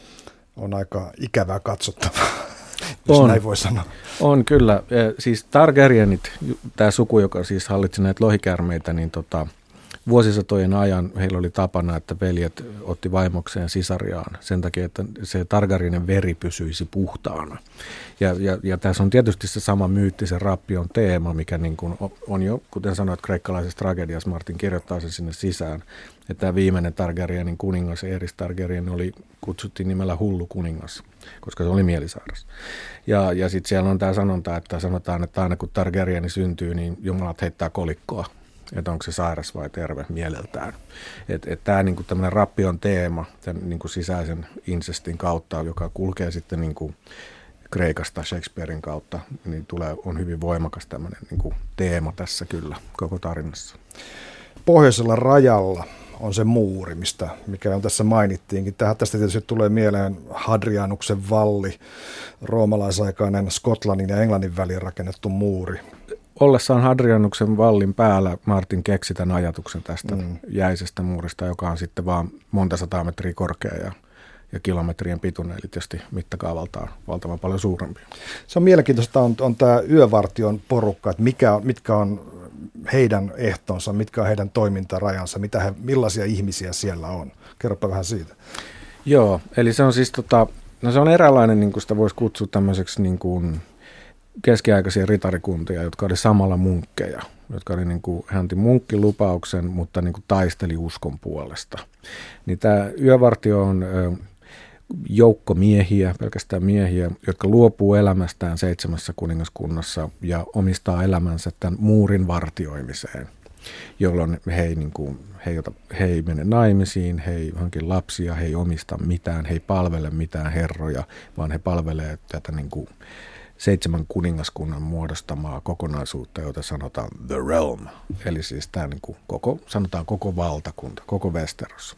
on aika ikävää katsottavaa, jos on, näin voi sanoa. On kyllä. Siis Targaryenit, tämä suku, joka siis hallitsi näitä lohikäärmeitä, niin tota, vuosisatojen ajan heillä oli tapana, että veljet otti vaimokseen sisariaan sen takia, että se Targaryenin veri pysyisi puhtaana. Ja, ja, ja tässä on tietysti se sama myyttisen rappion teema, mikä niin kuin on jo, kuten sanoit, kreikkalaisessa tragediassa, Martin kirjoittaa sen sinne sisään, että tämä viimeinen Targaryenin kuningas, Aerys Targaryen, oli, kutsuttiin nimellä hullu kuningas, koska se oli mielisairas. Ja, ja sitten siellä on tämä sanonta, että sanotaan, että aina kun Targaryeni syntyy, niin jumalat heittää kolikkoa, että onko se sairas vai terve mieleltään. Että et tämä niinku tämmöinen rappion teema, tämän niinku sisäisen insestin kautta, joka kulkee sitten niinku Kreikasta Shakespearein kautta, niin tulee, on hyvin voimakas tämmöinen niinku teema tässä kyllä koko tarinassa. Pohjoisella rajalla on se muuri, mistä, mikä on tässä mainittiinkin. Tähän tästä tietysti tulee mieleen Hadrianuksen valli, roomalaisaikainen Skotlannin ja Englannin väliin rakennettu muuri. Ollessaan Hadrianuksen vallin päällä Martin keksi tämän ajatuksen tästä mm. jäisestä muurista, joka on sitten vaan monta sataa metriä korkea ja, ja kilometrien pituinen, eli tietysti mittakaavaltaan valtavan paljon suurempi. Se on mielenkiintoista, on, on tämä yövartion porukka, että mikä, mitkä on heidän ehtonsa, mitkä on heidän toimintarajansa, mitä he, millaisia ihmisiä siellä on. Kerropa vähän siitä. Joo, eli se on siis tota, no se on eräänlainen, niin kuin sitä voisi kutsua tämmöiseksi niin kuin keskiaikaisia ritarikuntia, jotka oli samalla munkkeja, jotka oli niin kuin, hän anti munkkilupauksen, mutta niin kuin taisteli uskon puolesta. Niin tämä yövartio on ö, joukko miehiä, pelkästään miehiä, jotka luopuu elämästään seitsemässä kuningaskunnassa ja omistaa elämänsä tämän muurin vartioimiseen, jolloin he ei, niin kuin, he, ei ota, he ei mene naimisiin, he ei hankin lapsia, he ei omista mitään, he ei palvele mitään herroja, vaan he palvelee tätä niin kuin seitsemän kuningaskunnan muodostamaa kokonaisuutta, jota sanotaan The Realm, eli siis tämä niin kuin koko, sanotaan koko valtakunta, koko Westeros.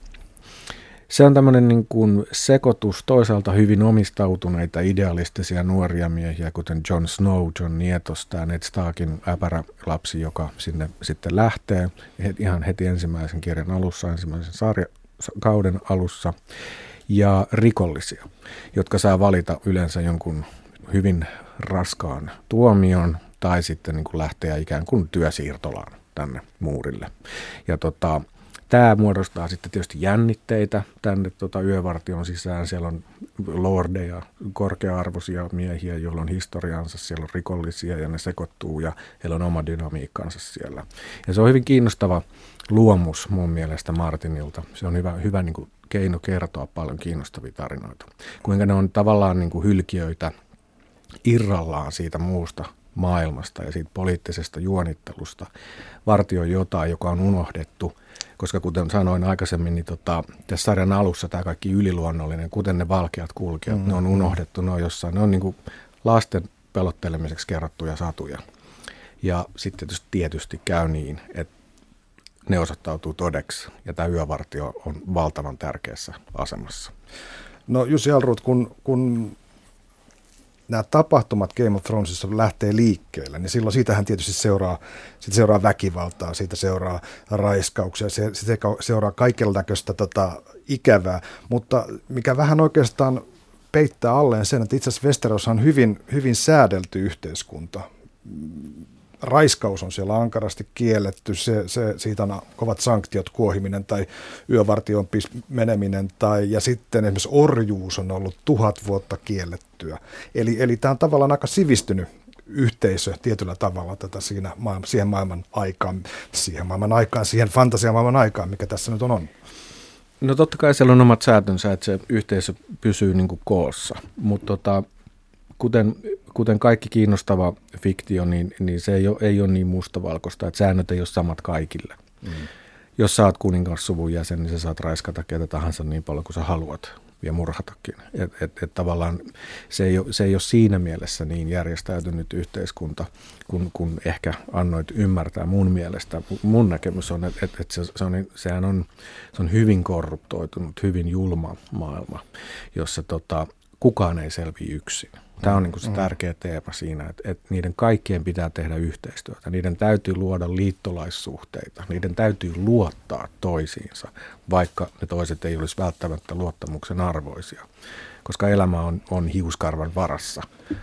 Se on tämmöinen niin kuin sekoitus toisaalta hyvin omistautuneita idealistisia nuoria miehiä, kuten Jon Snow, Jon Nietos, tämä Ned Starkin äpärä lapsi, joka sinne sitten lähtee ihan heti ensimmäisen kirjan alussa, ensimmäisen sarja, kauden alussa, ja rikollisia, jotka saa valita yleensä jonkun hyvin raskaan tuomion tai sitten niin kuin lähteä ikään kuin työsiirtolaan tänne muurille. Ja tota, tämä muodostaa sitten tietysti jännitteitä tänne tota, yövartion sisään. Siellä on lordeja, korkea-arvoisia miehiä, joilla on historiansa, siellä on rikollisia ja ne sekoittuu ja heillä on oma dynamiikkansa siellä. Ja se on hyvin kiinnostava luomus mun mielestä Martinilta. Se on hyvä, hyvä niin kuin keino kertoa paljon kiinnostavia tarinoita. Kuinka ne on tavallaan niin kuin hylkiöitä irrallaan siitä muusta maailmasta ja siitä poliittisesta juonittelusta. Vartioi jotain, joka on unohdettu, koska kuten sanoin aikaisemmin, niin tota, tässä sarjan alussa tämä kaikki yliluonnollinen, kuten ne valkeat kulkijat, mm-hmm. ne on unohdettu, ne on jossain, ne on niin kuin lasten pelottelemiseksi kerrottuja satuja. Ja sitten tietysti käy niin, että ne osoittautuu todeksi ja tämä yövartio on valtavan tärkeässä asemassa. No Jussi Hallroth, kun, kun nämä tapahtumat Game of Thronesissa lähtee liikkeelle, niin silloin siitähän tietysti seuraa, siitä seuraa väkivaltaa, siitä seuraa raiskauksia, siitä seuraa kaikenlaista tota, ikävää, mutta mikä vähän oikeastaan peittää alleen sen, että itse asiassa Westeros on hyvin, hyvin säädelty yhteiskunta. Raiskaus on siellä ankarasti kielletty, se, se, siitä on kovat sanktiot, kuohiminen tai yövartion meneminen, tai, ja sitten esimerkiksi orjuus on ollut tuhat vuotta kiellettyä. Eli, eli tämä on tavallaan aika sivistynyt yhteisö tietyllä tavalla tätä siinä maailman, siihen maailman aikaan, siihen maailman aikaan, siihen fantasiamaailman aikaan, mikä tässä nyt on. on. No totta kai siellä on omat säätönsä, että se yhteisö pysyy niin kuin koossa, mutta tota, kuten... Kuten kaikki kiinnostava fiktio, niin, niin se ei ole, ei ole niin mustavalkoista, että säännöt ei ole samat kaikille. Mm. Jos sä oot kuningassuvun jäsen, niin sä saat raiskata ketä tahansa niin paljon kuin sä haluat ja murhatakin. Et, et, et tavallaan se ei, ole, se ei ole siinä mielessä niin järjestäytynyt yhteiskunta, kun, kun ehkä annoit ymmärtää mun mielestä. Mun näkemys on, että et, et se, se on, sehän on, se on hyvin korruptoitunut, hyvin julma maailma, jossa tota, kukaan ei selviä yksin. Tämä on niin kuin se tärkeä teema siinä, että, että niiden kaikkien pitää tehdä yhteistyötä. Niiden täytyy luoda liittolaissuhteita. Niiden täytyy luottaa toisiinsa, vaikka ne toiset ei olisi välttämättä luottamuksen arvoisia, koska elämä on, on hiuskarvan varassa.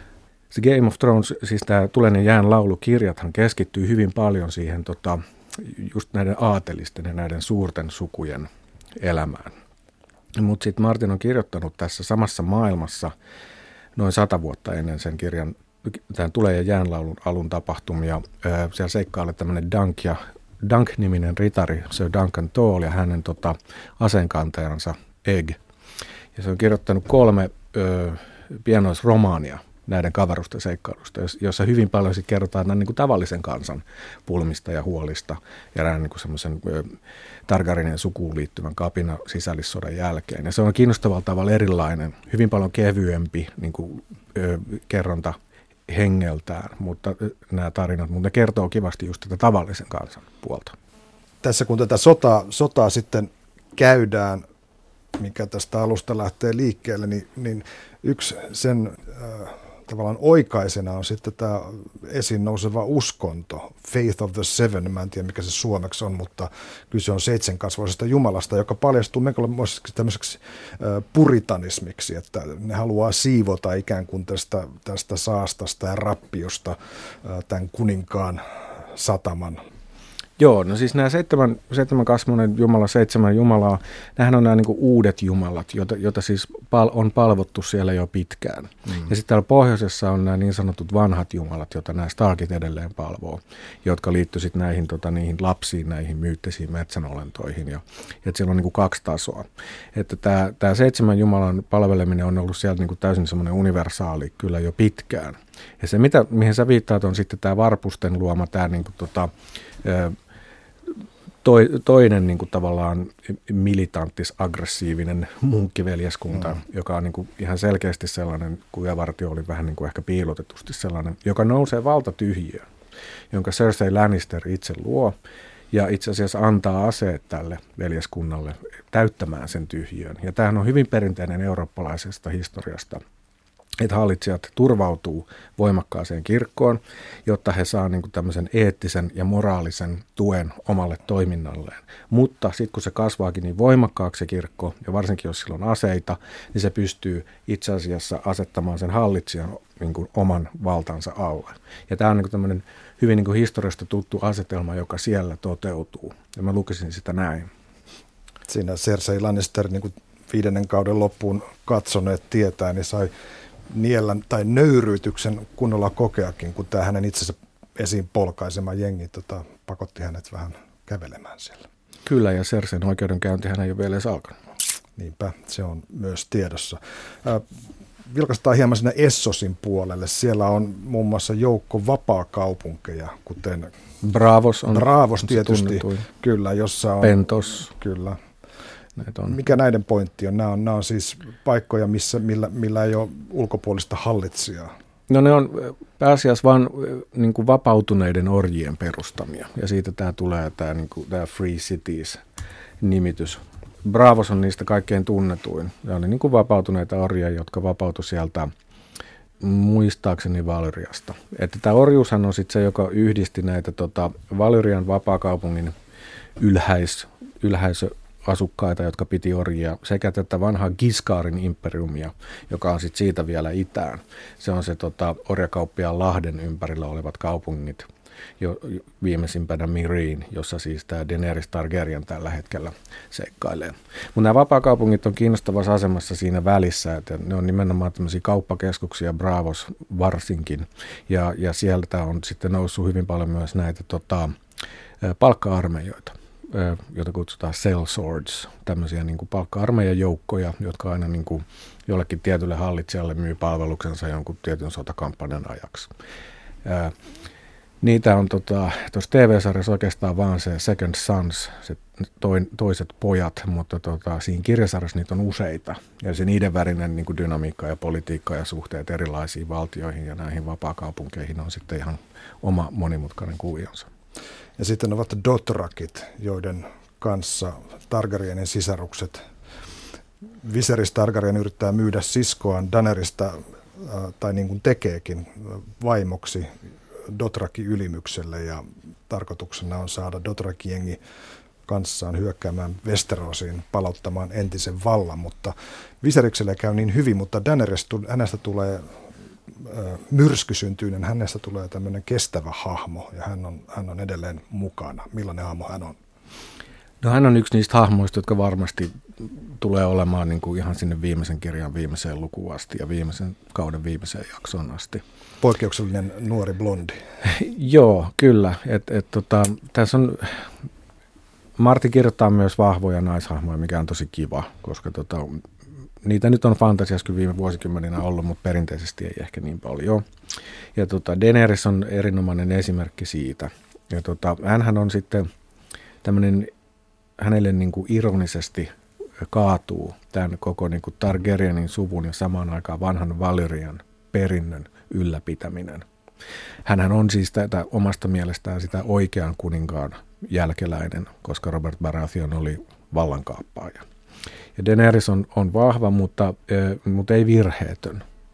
Se Game of Thrones, siis tämä Tulen jään laulukirjathan keskittyy hyvin paljon siihen tota, just näiden aatelisten ja näiden suurten sukujen elämään. Mutta sitten Martin on kirjoittanut tässä samassa maailmassa noin sata vuotta ennen sen kirjan, tämän Tulee ja jäänlaulun alun tapahtumia. Siellä seikkailee tämmöinen Dunk ja Dunk-niminen ritari, Sir Duncan Tall ja hänen tota, aseenkantajansa Egg. Ja se on kirjoittanut kolme ö, pienoisromaania näiden kaverusten seikkailusta, jossa hyvin paljon sit kerrotaan näin niin kuin tavallisen kansan pulmista ja huolista ja näin niin kuin semmoisen Targaryen sukuun liittyvän kapina sisällissodan jälkeen. Ja se on kiinnostavalla tavalla erilainen, hyvin paljon kevyempi niin kuin, ö, kerronta hengeltään, mutta nämä tarinat, mutta ne kertoo kivasti just tätä tavallisen kansan puolta. Tässä kun tätä sotaa, sotaa sitten käydään, mikä tästä alusta lähtee liikkeelle, niin, niin yksi sen äh, tavallaan oikaisena on sitten tämä esiin nouseva uskonto, Faith of the Seven, mä en tiedä mikä se suomeksi on, mutta kyse on seitsemänkasvoisesta Jumalasta, joka paljastuu melkoisesti tämmöiseksi puritanismiksi, että ne haluaa siivota ikään kuin tästä, tästä saastasta ja rappiosta tämän kuninkaan sataman. Joo, no siis nämä seitsemän, seitsemän kasvoinen Jumala, seitsemän Jumalaa, nämähän on nämä niin kuin uudet Jumalat, joita, joita siis pal- on palvottu siellä jo pitkään. Mm. Ja sitten täällä pohjoisessa on nämä niin sanotut vanhat Jumalat, joita nämä Starkit edelleen palvoo, jotka liittyy sitten näihin tota, niihin lapsiin, näihin myyttisiin metsänolentoihin. Ja, ja siellä on niin kuin kaksi tasoa. Että tämä, tämä seitsemän Jumalan palveleminen on ollut siellä niin kuin täysin semmoinen universaali kyllä jo pitkään. Ja se, mitä, mihin sä viittaat, on sitten tämä varpusten luoma, tämä niin kuin tota, Toi, toinen niin kuin tavallaan militanttis, aggressiivinen munkkiveljeskunta, mm. joka on niin kuin ihan selkeästi sellainen, kujavartio oli vähän niin kuin ehkä piilotetusti sellainen, joka nousee valtatyhjiöön, jonka Cersei Lannister itse luo ja itse asiassa antaa aseet tälle veljeskunnalle täyttämään sen tyhjiön. Ja tämähän on hyvin perinteinen eurooppalaisesta historiasta, että hallitsijat turvautuu voimakkaaseen kirkkoon, jotta he saa niin kuin tämmöisen eettisen ja moraalisen tuen omalle toiminnalleen. Mutta sitten kun se kasvaakin niin voimakkaaksi se kirkko, ja varsinkin jos sillä on aseita, niin se pystyy itse asiassa asettamaan sen hallitsijan niin kuin oman valtansa alle. Ja tämä on niin kuin tämmöinen hyvin niin kuin historiasta tuttu asetelma, joka siellä toteutuu. Ja mä lukisin sitä näin. Siinä Cersei Lannister niin kuin viidennen kauden loppuun katsoneet tietää, niin sai niellän tai nöyryytyksen kunnolla kokeakin, kun tämä hänen itsensä esiin polkaisema jengi tota, pakotti hänet vähän kävelemään siellä. Kyllä, ja Cersein oikeudenkäyntihän ei ole vielä edes alkanut. Niinpä, se on myös tiedossa. Äh, vilkaistaan hieman sinne Essosin puolelle. Siellä on muun muassa joukko vapaakaupunkeja, kuten Braavos on, Braavos on tietysti, kyllä, jossa on Pentos. Kyllä. Mikä näiden pointti on? Nämä on, nämä on siis paikkoja, missä, millä, millä ei ole ulkopuolista hallitsijaa. No ne on pääasiassa vain niin kuin vapautuneiden orjien perustamia, ja siitä tämä tulee tämä, niin kuin, tämä Free Cities-nimitys. Braavos on niistä kaikkein tunnetuin. Ne oli niin kuin vapautuneita orjia, jotka vapautui sieltä muistaakseni Valyriasta. Että tämä orjuushan on sitten se, joka yhdisti näitä tota, Valyrian vapaakaupungin ylhäis, ylhäisö asukkaita, jotka piti orjia, sekä tätä vanhaa Giskaarin imperiumia, joka on sitten siitä vielä itään. Se on se tota, orjakauppiaan Lahden ympärillä olevat kaupungit, jo viimeisimpänä Meereen, jossa siis tämä Daenerys Targaryen tällä hetkellä seikkailee. Mutta nämä vapaakaupungit on kiinnostavassa asemassa siinä välissä, että ne on nimenomaan tämmöisiä kauppakeskuksia, Braavos varsinkin, ja, ja sieltä on sitten noussut hyvin paljon myös näitä tota, palkka-armeijoita, joita kutsutaan sellswords, tämmöisiä niin kuin palkka-armeijan joukkoja, jotka aina niin kuin jollekin tietylle hallitsijalle myy palveluksensa jonkun tietyn sotakampanjan ajaksi. Ää, niitä on tuossa tota, T V-sarjassa oikeastaan vaan se Second Sons, se toi, toiset pojat, mutta tota, siinä kirjasarjassa niitä on useita. Ja se niiden värinen niin kuin dynamiikka ja politiikka ja suhteet erilaisiin valtioihin ja näihin vapaakaupunkeihin on sitten ihan oma monimutkainen kuvionsa. Ja sitten ovat Dothrakit, joiden kanssa Targaryenin sisarukset. Viserys Targaryen yrittää myydä siskoaan Daenerista, tai niin kuin tekeekin, vaimoksi Dothraki-ylimykselle. Ja tarkoituksena on saada Dothraki-jengi kanssaan hyökkäämään Westerosiin, palauttamaan entisen vallan. Mutta Viserykselle käy niin hyvin, mutta Daenerys, hänestä tulee myrskysyntyinen, hänestä tulee tämmöinen kestävä hahmo ja hän on, hän on edelleen mukana. Millainen hahmo hän on? No hän on yksi niistä hahmoista, jotka varmasti tulee olemaan niin kuin ihan sinne viimeisen kirjan viimeiseen lukuun asti ja viimeisen kauden viimeiseen jaksoon asti. Poikkeuksellinen nuori blondi. Joo, kyllä. Et, et, tota, tässä on, Martti kirjoittaa myös vahvoja naishahmoja, mikä on tosi kiva, koska tota, niitä nyt on fantasiassa kyllä viime vuosikymmeninä ollut, mutta perinteisesti ei ehkä niin paljon. Ja tota, Daenerys on erinomainen esimerkki siitä. Ja tota, hänhän on sitten tämmöinen, hänelle niin kuin ironisesti kaatuu tämän koko niin kuin Targaryenin suvun ja samaan aikaan vanhan Valyrian perinnön ylläpitäminen. Hänhän on siis tätä omasta mielestään sitä oikean kuninkaan jälkeläinen, koska Robert Baratheon oli vallankaappaaja. Ja Daenerys on, on vahva, mutta, äh, mutta ei virheetön.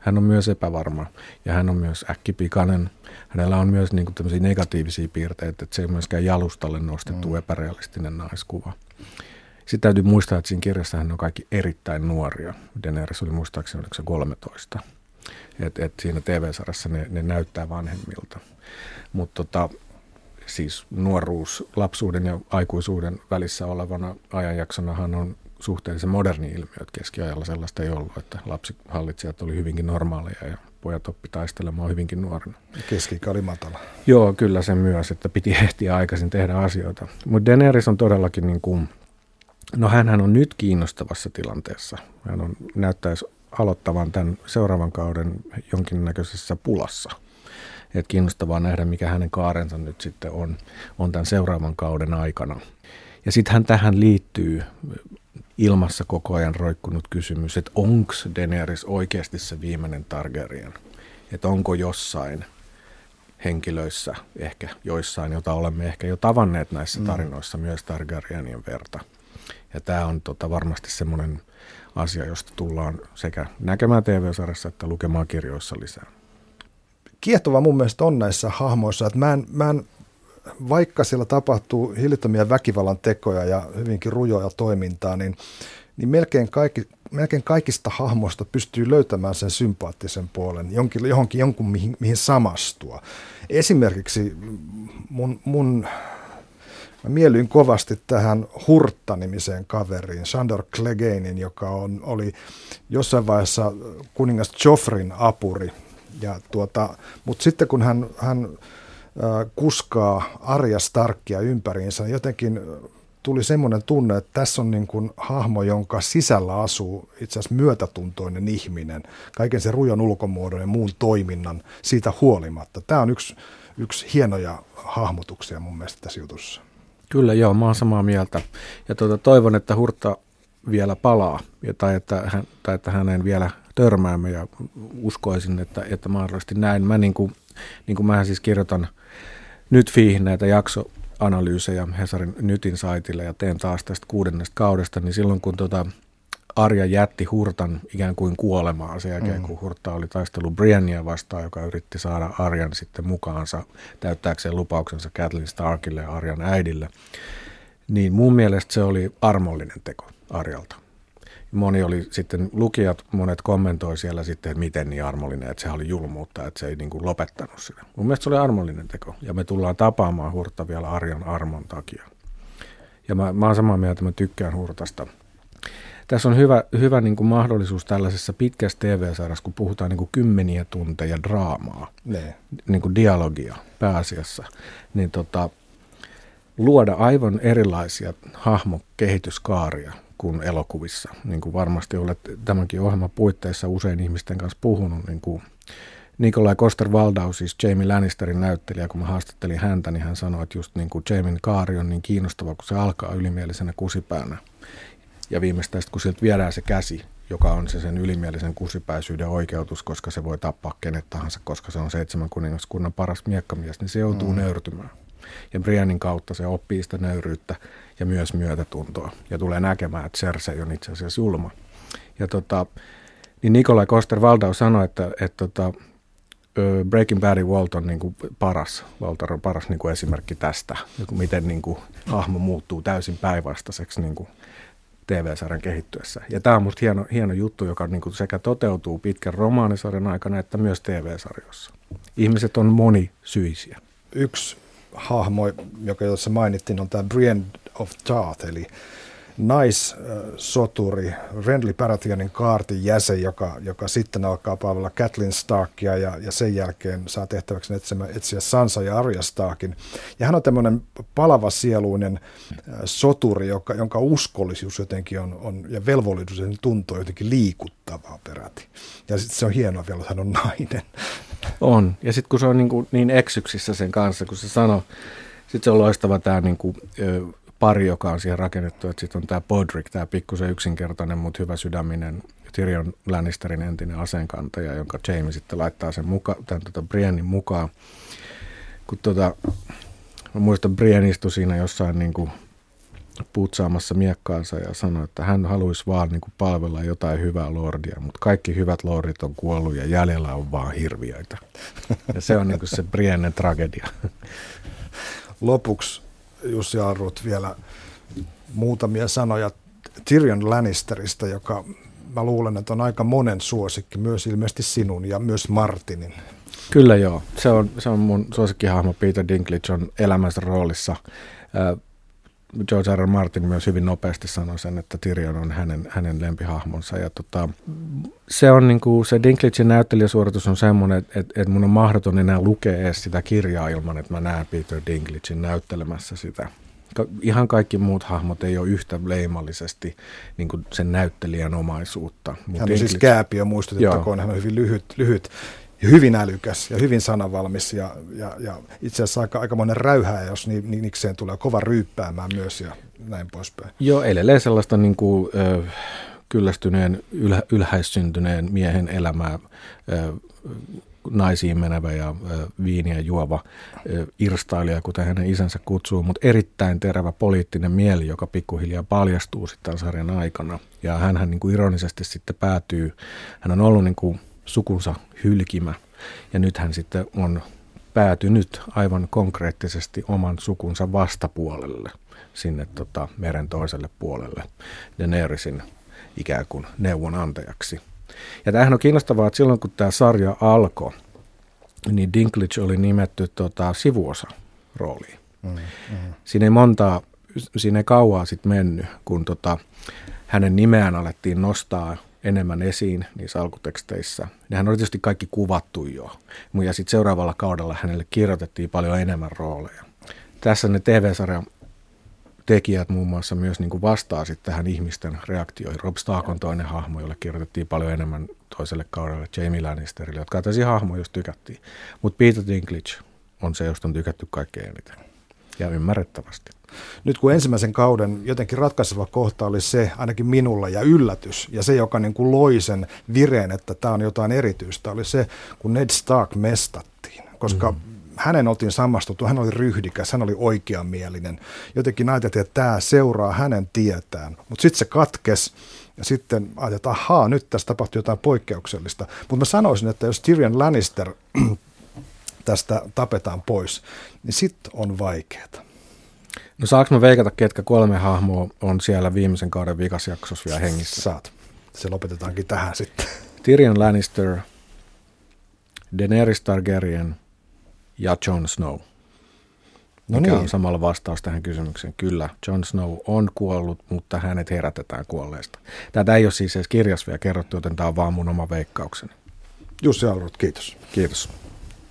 Hän on myös epävarma ja hän on myös äkkipikainen. Hänellä on myös niin kuin tämmöisiä negatiivisia piirteitä, että se ei myöskään jalustalle nostettu mm. epärealistinen naiskuva. Sitten täytyy muistaa, että siinä kirjassa hän on kaikki erittäin nuoria. Daenerys oli muistaakseni oliko se kolmetoista. Et, et siinä T V-sarjassa ne, ne näyttää vanhemmilta. Mutta tota, siis nuoruus, lapsuuden ja aikuisuuden välissä olevana ajanjaksonahan on suhteellisen moderni ilmiö, että keskiajalla sellaista ei ollut, että lapsihallitsijat oli hyvinkin normaaleja ja pojat oppi taistelemaan hyvinkin nuorena. Keski-ikä oli matala. Joo, kyllä se myös, että piti ehtiä aikaisin tehdä asioita. Mutta Daenerys on todellakin niin kuin, no hänhän on nyt kiinnostavassa tilanteessa. Hän on, näyttäisi aloittavan tämän seuraavan kauden jonkinnäköisessä pulassa. Että kiinnostavaa nähdä, mikä hänen kaarensa nyt sitten on, on tämän seuraavan kauden aikana. Ja sittenhän tähän liittyy ilmassa koko ajan roikkunut kysymys, että onko Daenerys oikeasti se viimeinen Targaryen? Että onko jossain henkilöissä, ehkä joissain, jota olemme ehkä jo tavanneet näissä tarinoissa, mm. myös Targaryenien verta. Ja tämä on tota, varmasti semmoinen asia, josta tullaan sekä näkemään T V-sarjassa että lukemaan kirjoissa lisää. Kiehtova mun mielestä on näissä hahmoissa, että mä en, mä en, vaikka siellä tapahtuu hillittömiä väkivallan tekoja ja hyvinkin rujoja toimintaa, niin, niin melkein, kaikki, melkein kaikista hahmoista pystyy löytämään sen sympaattisen puolen, jonkin, johonkin jonkun mihin, mihin samastua. Esimerkiksi mun, mun mä mielyin kovasti tähän Hurtta-nimiseen kaveriin, Sandor Cleganein, joka on, oli jossain vaiheessa kuningas Joffrin apuri. Ja tuota, mutta sitten kun hän, hän äh, kuskaa Arya Starkia ympäriinsä, niin jotenkin tuli semmoinen tunne, että tässä on niin kuin hahmo, jonka sisällä asuu itse asiassa myötätuntoinen ihminen, kaiken sen rujon ulkomuodon ja muun toiminnan siitä huolimatta. Tämä on yksi, yksi hienoja hahmotuksia mun mielestä tässä jutussa. Kyllä joo, mä oon samaa mieltä. Ja tuota, toivon, että Hurtta vielä palaa, ja, tai, että hän, tai että hänen vielä törmäämme, ja uskoisin, että, että mahdollisesti näin. Mä niin kuin, niin kuin mä siis kirjoitan nyt fiihin näitä jaksoanalyysejä Hesarin Nytin saitille ja teen taas tästä kuudennesta kaudesta, niin silloin kun tota Arya jätti Hurtan ikään kuin kuolemaan sen jälkeen, mm. kun Hurtta oli taistellut Briennia vastaan, joka yritti saada Aryan sitten mukaansa täyttääkseen lupauksensa Catelyn Starkille ja Aryan äidille, niin mun mielestä se oli armollinen teko Aryalta. Moni oli sitten, lukijat monet kommentoi siellä sitten, että miten niin armollinen, että se oli julmuutta, että se ei niin kuin lopettanut sitä. Mun mielestä se oli armollinen teko, ja me tullaan tapaamaan Hurtta vielä Aryan armon takia. Ja mä, mä oon samaa mieltä, mä tykkään Hurtasta. Tässä on hyvä, hyvä niin kuin mahdollisuus tällaisessa pitkässä T V-sarjassa, kun puhutaan niin kuin kymmeniä tunteja draamaa, ne. niin kuin dialogia pääasiassa, niin tota, luoda aivan erilaisia hahmokehityskaaria kuin elokuvissa. Niin kuin varmasti olet tämänkin ohjelman puitteissa usein ihmisten kanssa puhunut. Niin kuin Nikolai Coster-Waldau, siis Jaime Lannisterin näyttelijä, kun mä haastattelin häntä, niin hän sanoi, että just niin kuin Jaimen kaari on niin kiinnostava, kun se alkaa ylimielisenä kusipäänä. Ja viimeistään, kun siltä viedään se käsi, joka on se sen ylimielisen kusipäisyyden oikeutus, koska se voi tappaa kenet tahansa, koska se on seitsemän kuningaskunnan paras miekkamies, niin se joutuu mm. nöyrtymään. Ja Briennin kautta se oppii sitä nöyryyttä ja myös myötätuntoa. Ja tulee näkemään, että Cersei on itse asiassa julma. Ja tota, niin Nikolai Coster-Waldau sanoi, että, että tota, Breaking Badin Walt on niin kuin paras, Walter on paras niin kuin esimerkki tästä, miten niin kuin hahmo muuttuu täysin päinvastaiseksi niin kuin T V-sarjan kehittyessä. Ja tämä on musta hieno, hieno juttu, joka niin kuin sekä toteutuu pitkän romaanisarjan aikana, että myös T V-sarjoissa. Ihmiset on monisyisiä. Yksi hahmo, joka jossa mainittiin, on tämä Brienne of Tarth, eli naissoturi, Renly Baratheonin kaartin jäsen, joka, joka sitten alkaa palvella Catelyn Starkia ja, ja sen jälkeen saa tehtäväksi etsiä, etsiä Sansa ja Arya Starkin. Ja hän on tämmöinen palavasieluinen soturi, joka, jonka uskollisuus jotenkin on, on ja velvollisuuden tunto on jotenkin liikuttavaa peräti. Ja sitten se on hienoa vielä, että hän on nainen. On. Ja sitten kun se on niin, kuin niin eksyksissä sen kanssa, kun se sanoo, sitten se on loistava tämä niin kuin, pari, joka on siihen rakennettu, että sitten on tämä Podrick, tämä pikkusen yksinkertainen, mutta hyvä sydäminen Tyrion Lannisterin entinen aseenkantaja, jonka Jaime sitten laittaa sen muka, tämän tota Briennin mukaan. Kun tota, mä muistan, Brienne istui siinä jossain niin kuin putsaamassa miekkaansa ja sanoi, että hän haluaisi vaan niin kuin palvella jotain hyvää lordia, mutta kaikki hyvät lordit on kuollut ja jäljellä on vaan hirviöitä. Ja se on niin kuin se Briennen tragedia. Lopuksi Jussi Ahlroth vielä muutamia sanoja Tyrion Lannisterista, joka mä luulen, että on aika monen suosikki, myös ilmeisesti sinun ja myös Martinin. Kyllä joo. Se on, se on mun suosikkihahmo. Peter Dinklage on elämänsä roolissa. George R. R. Martin myös hyvin nopeasti sanoi sen, että Tyrion on hänen, hänen lempihahmonsa. Ja tota, se on niinku, se Dinklagen näyttelijäsuoritus on semmoinen, että et, et mun on mahdoton enää lukea edes sitä kirjaa ilman, että mä näen Peter Dinklagen näyttelemässä sitä. Ka- ihan kaikki muut hahmot ei ole yhtä leimallisesti niin kuin sen näyttelijän omaisuutta. Mut hän on Dinklage, siis kääpiö, muistutettakoon, hän on hyvin lyhyt, lyhyt ja hyvin älykäs ja hyvin sanavalmis ja, ja, ja itse asiassa aika, aikamoinen räyhää, jos niin, niin nikseen tulee kova ryyppäämään myös ja näin poispäin. Joo, edelleen sellaista niin kuin, ö, kyllästyneen, ylhä, ylhäissyntyneen miehen elämää, ö, naisiin menevä ja ö, viiniä juova ö, irstailija, kuten hänen isänsä kutsuu, mutta erittäin terävä poliittinen mieli, joka pikkuhiljaa paljastuu sitten sarjan aikana. Ja hänhän niin kuin ironisesti sitten päätyy, hän on ollut niin kuin sukunsa hylkimä ja nyt hän sitten on päätynyt aivan konkreettisesti oman sukunsa vastapuolelle sinne tota, meren toiselle puolelle Daenerysin ikään kuin neuvonantajaksi. Ja tämähän on kiinnostavaa, että silloin kun tämä sarja alkoi, niin Dinklage oli nimetty tota, sivuosa rooliin. Mm, mm. Siinä ei montaa, siinä ei kauaa sitten mennyt, kun tota, hänen nimeään alettiin nostaa enemmän esiin niissä alkuteksteissä. Nehän oli tietysti kaikki kuvattu jo, ja sitten seuraavalla kaudella hänelle kirjoitettiin paljon enemmän rooleja. Tässä ne T V-sarjan tekijät muun muassa myös niin kuin vastaa sitten tähän ihmisten reaktioihin. Robb Stark on toinen hahmo, jolle kirjoitettiin paljon enemmän toiselle kaudelle, Jaime Lannisterille, jotka on hahmo, jos tykättiin. Mutta Peter Dinklage on se, josta on tykätty kaikkein eniten. Ja ymmärrettävästi. Nyt kun ensimmäisen kauden jotenkin ratkaiseva kohta oli se, ainakin minulla, ja yllätys, ja se, joka niin kuin loi sen vireen, että tämä on jotain erityistä, oli se, kun Ned Stark mestattiin. Koska mm-hmm. hänen oltiin samastuttu, hän oli ryhdikäs, hän oli oikeamielinen. Jotenkin ajateltiin, että tämä seuraa hänen tietään. Mutta sitten se katkesi, ja sitten ajateltiin, että ahaa, nyt tässä tapahtui jotain poikkeuksellista. Mutta mä sanoisin, että jos Tyrion Lannister tästä tapetaan pois, niin sitten on vaikeaa. No saanko mä veikata, ketkä kolme hahmoa on siellä viimeisen kauden vikasjaksossa vielä hengissä? Saat. Se lopetetaankin tähän sitten. Tyrion Lannister, Daenerys Targaryen ja Jon Snow. No mikä niin. on samalla vastaus tähän kysymykseen. Kyllä, Jon Snow on kuollut, mutta hänet herätetään kuolleesta. Tätä ei ole siis edes kirjassa vielä kerrottu, joten tämä on vaan mun oma veikkaukseni. Jussi Ahlroth, kiitos. Kiitos.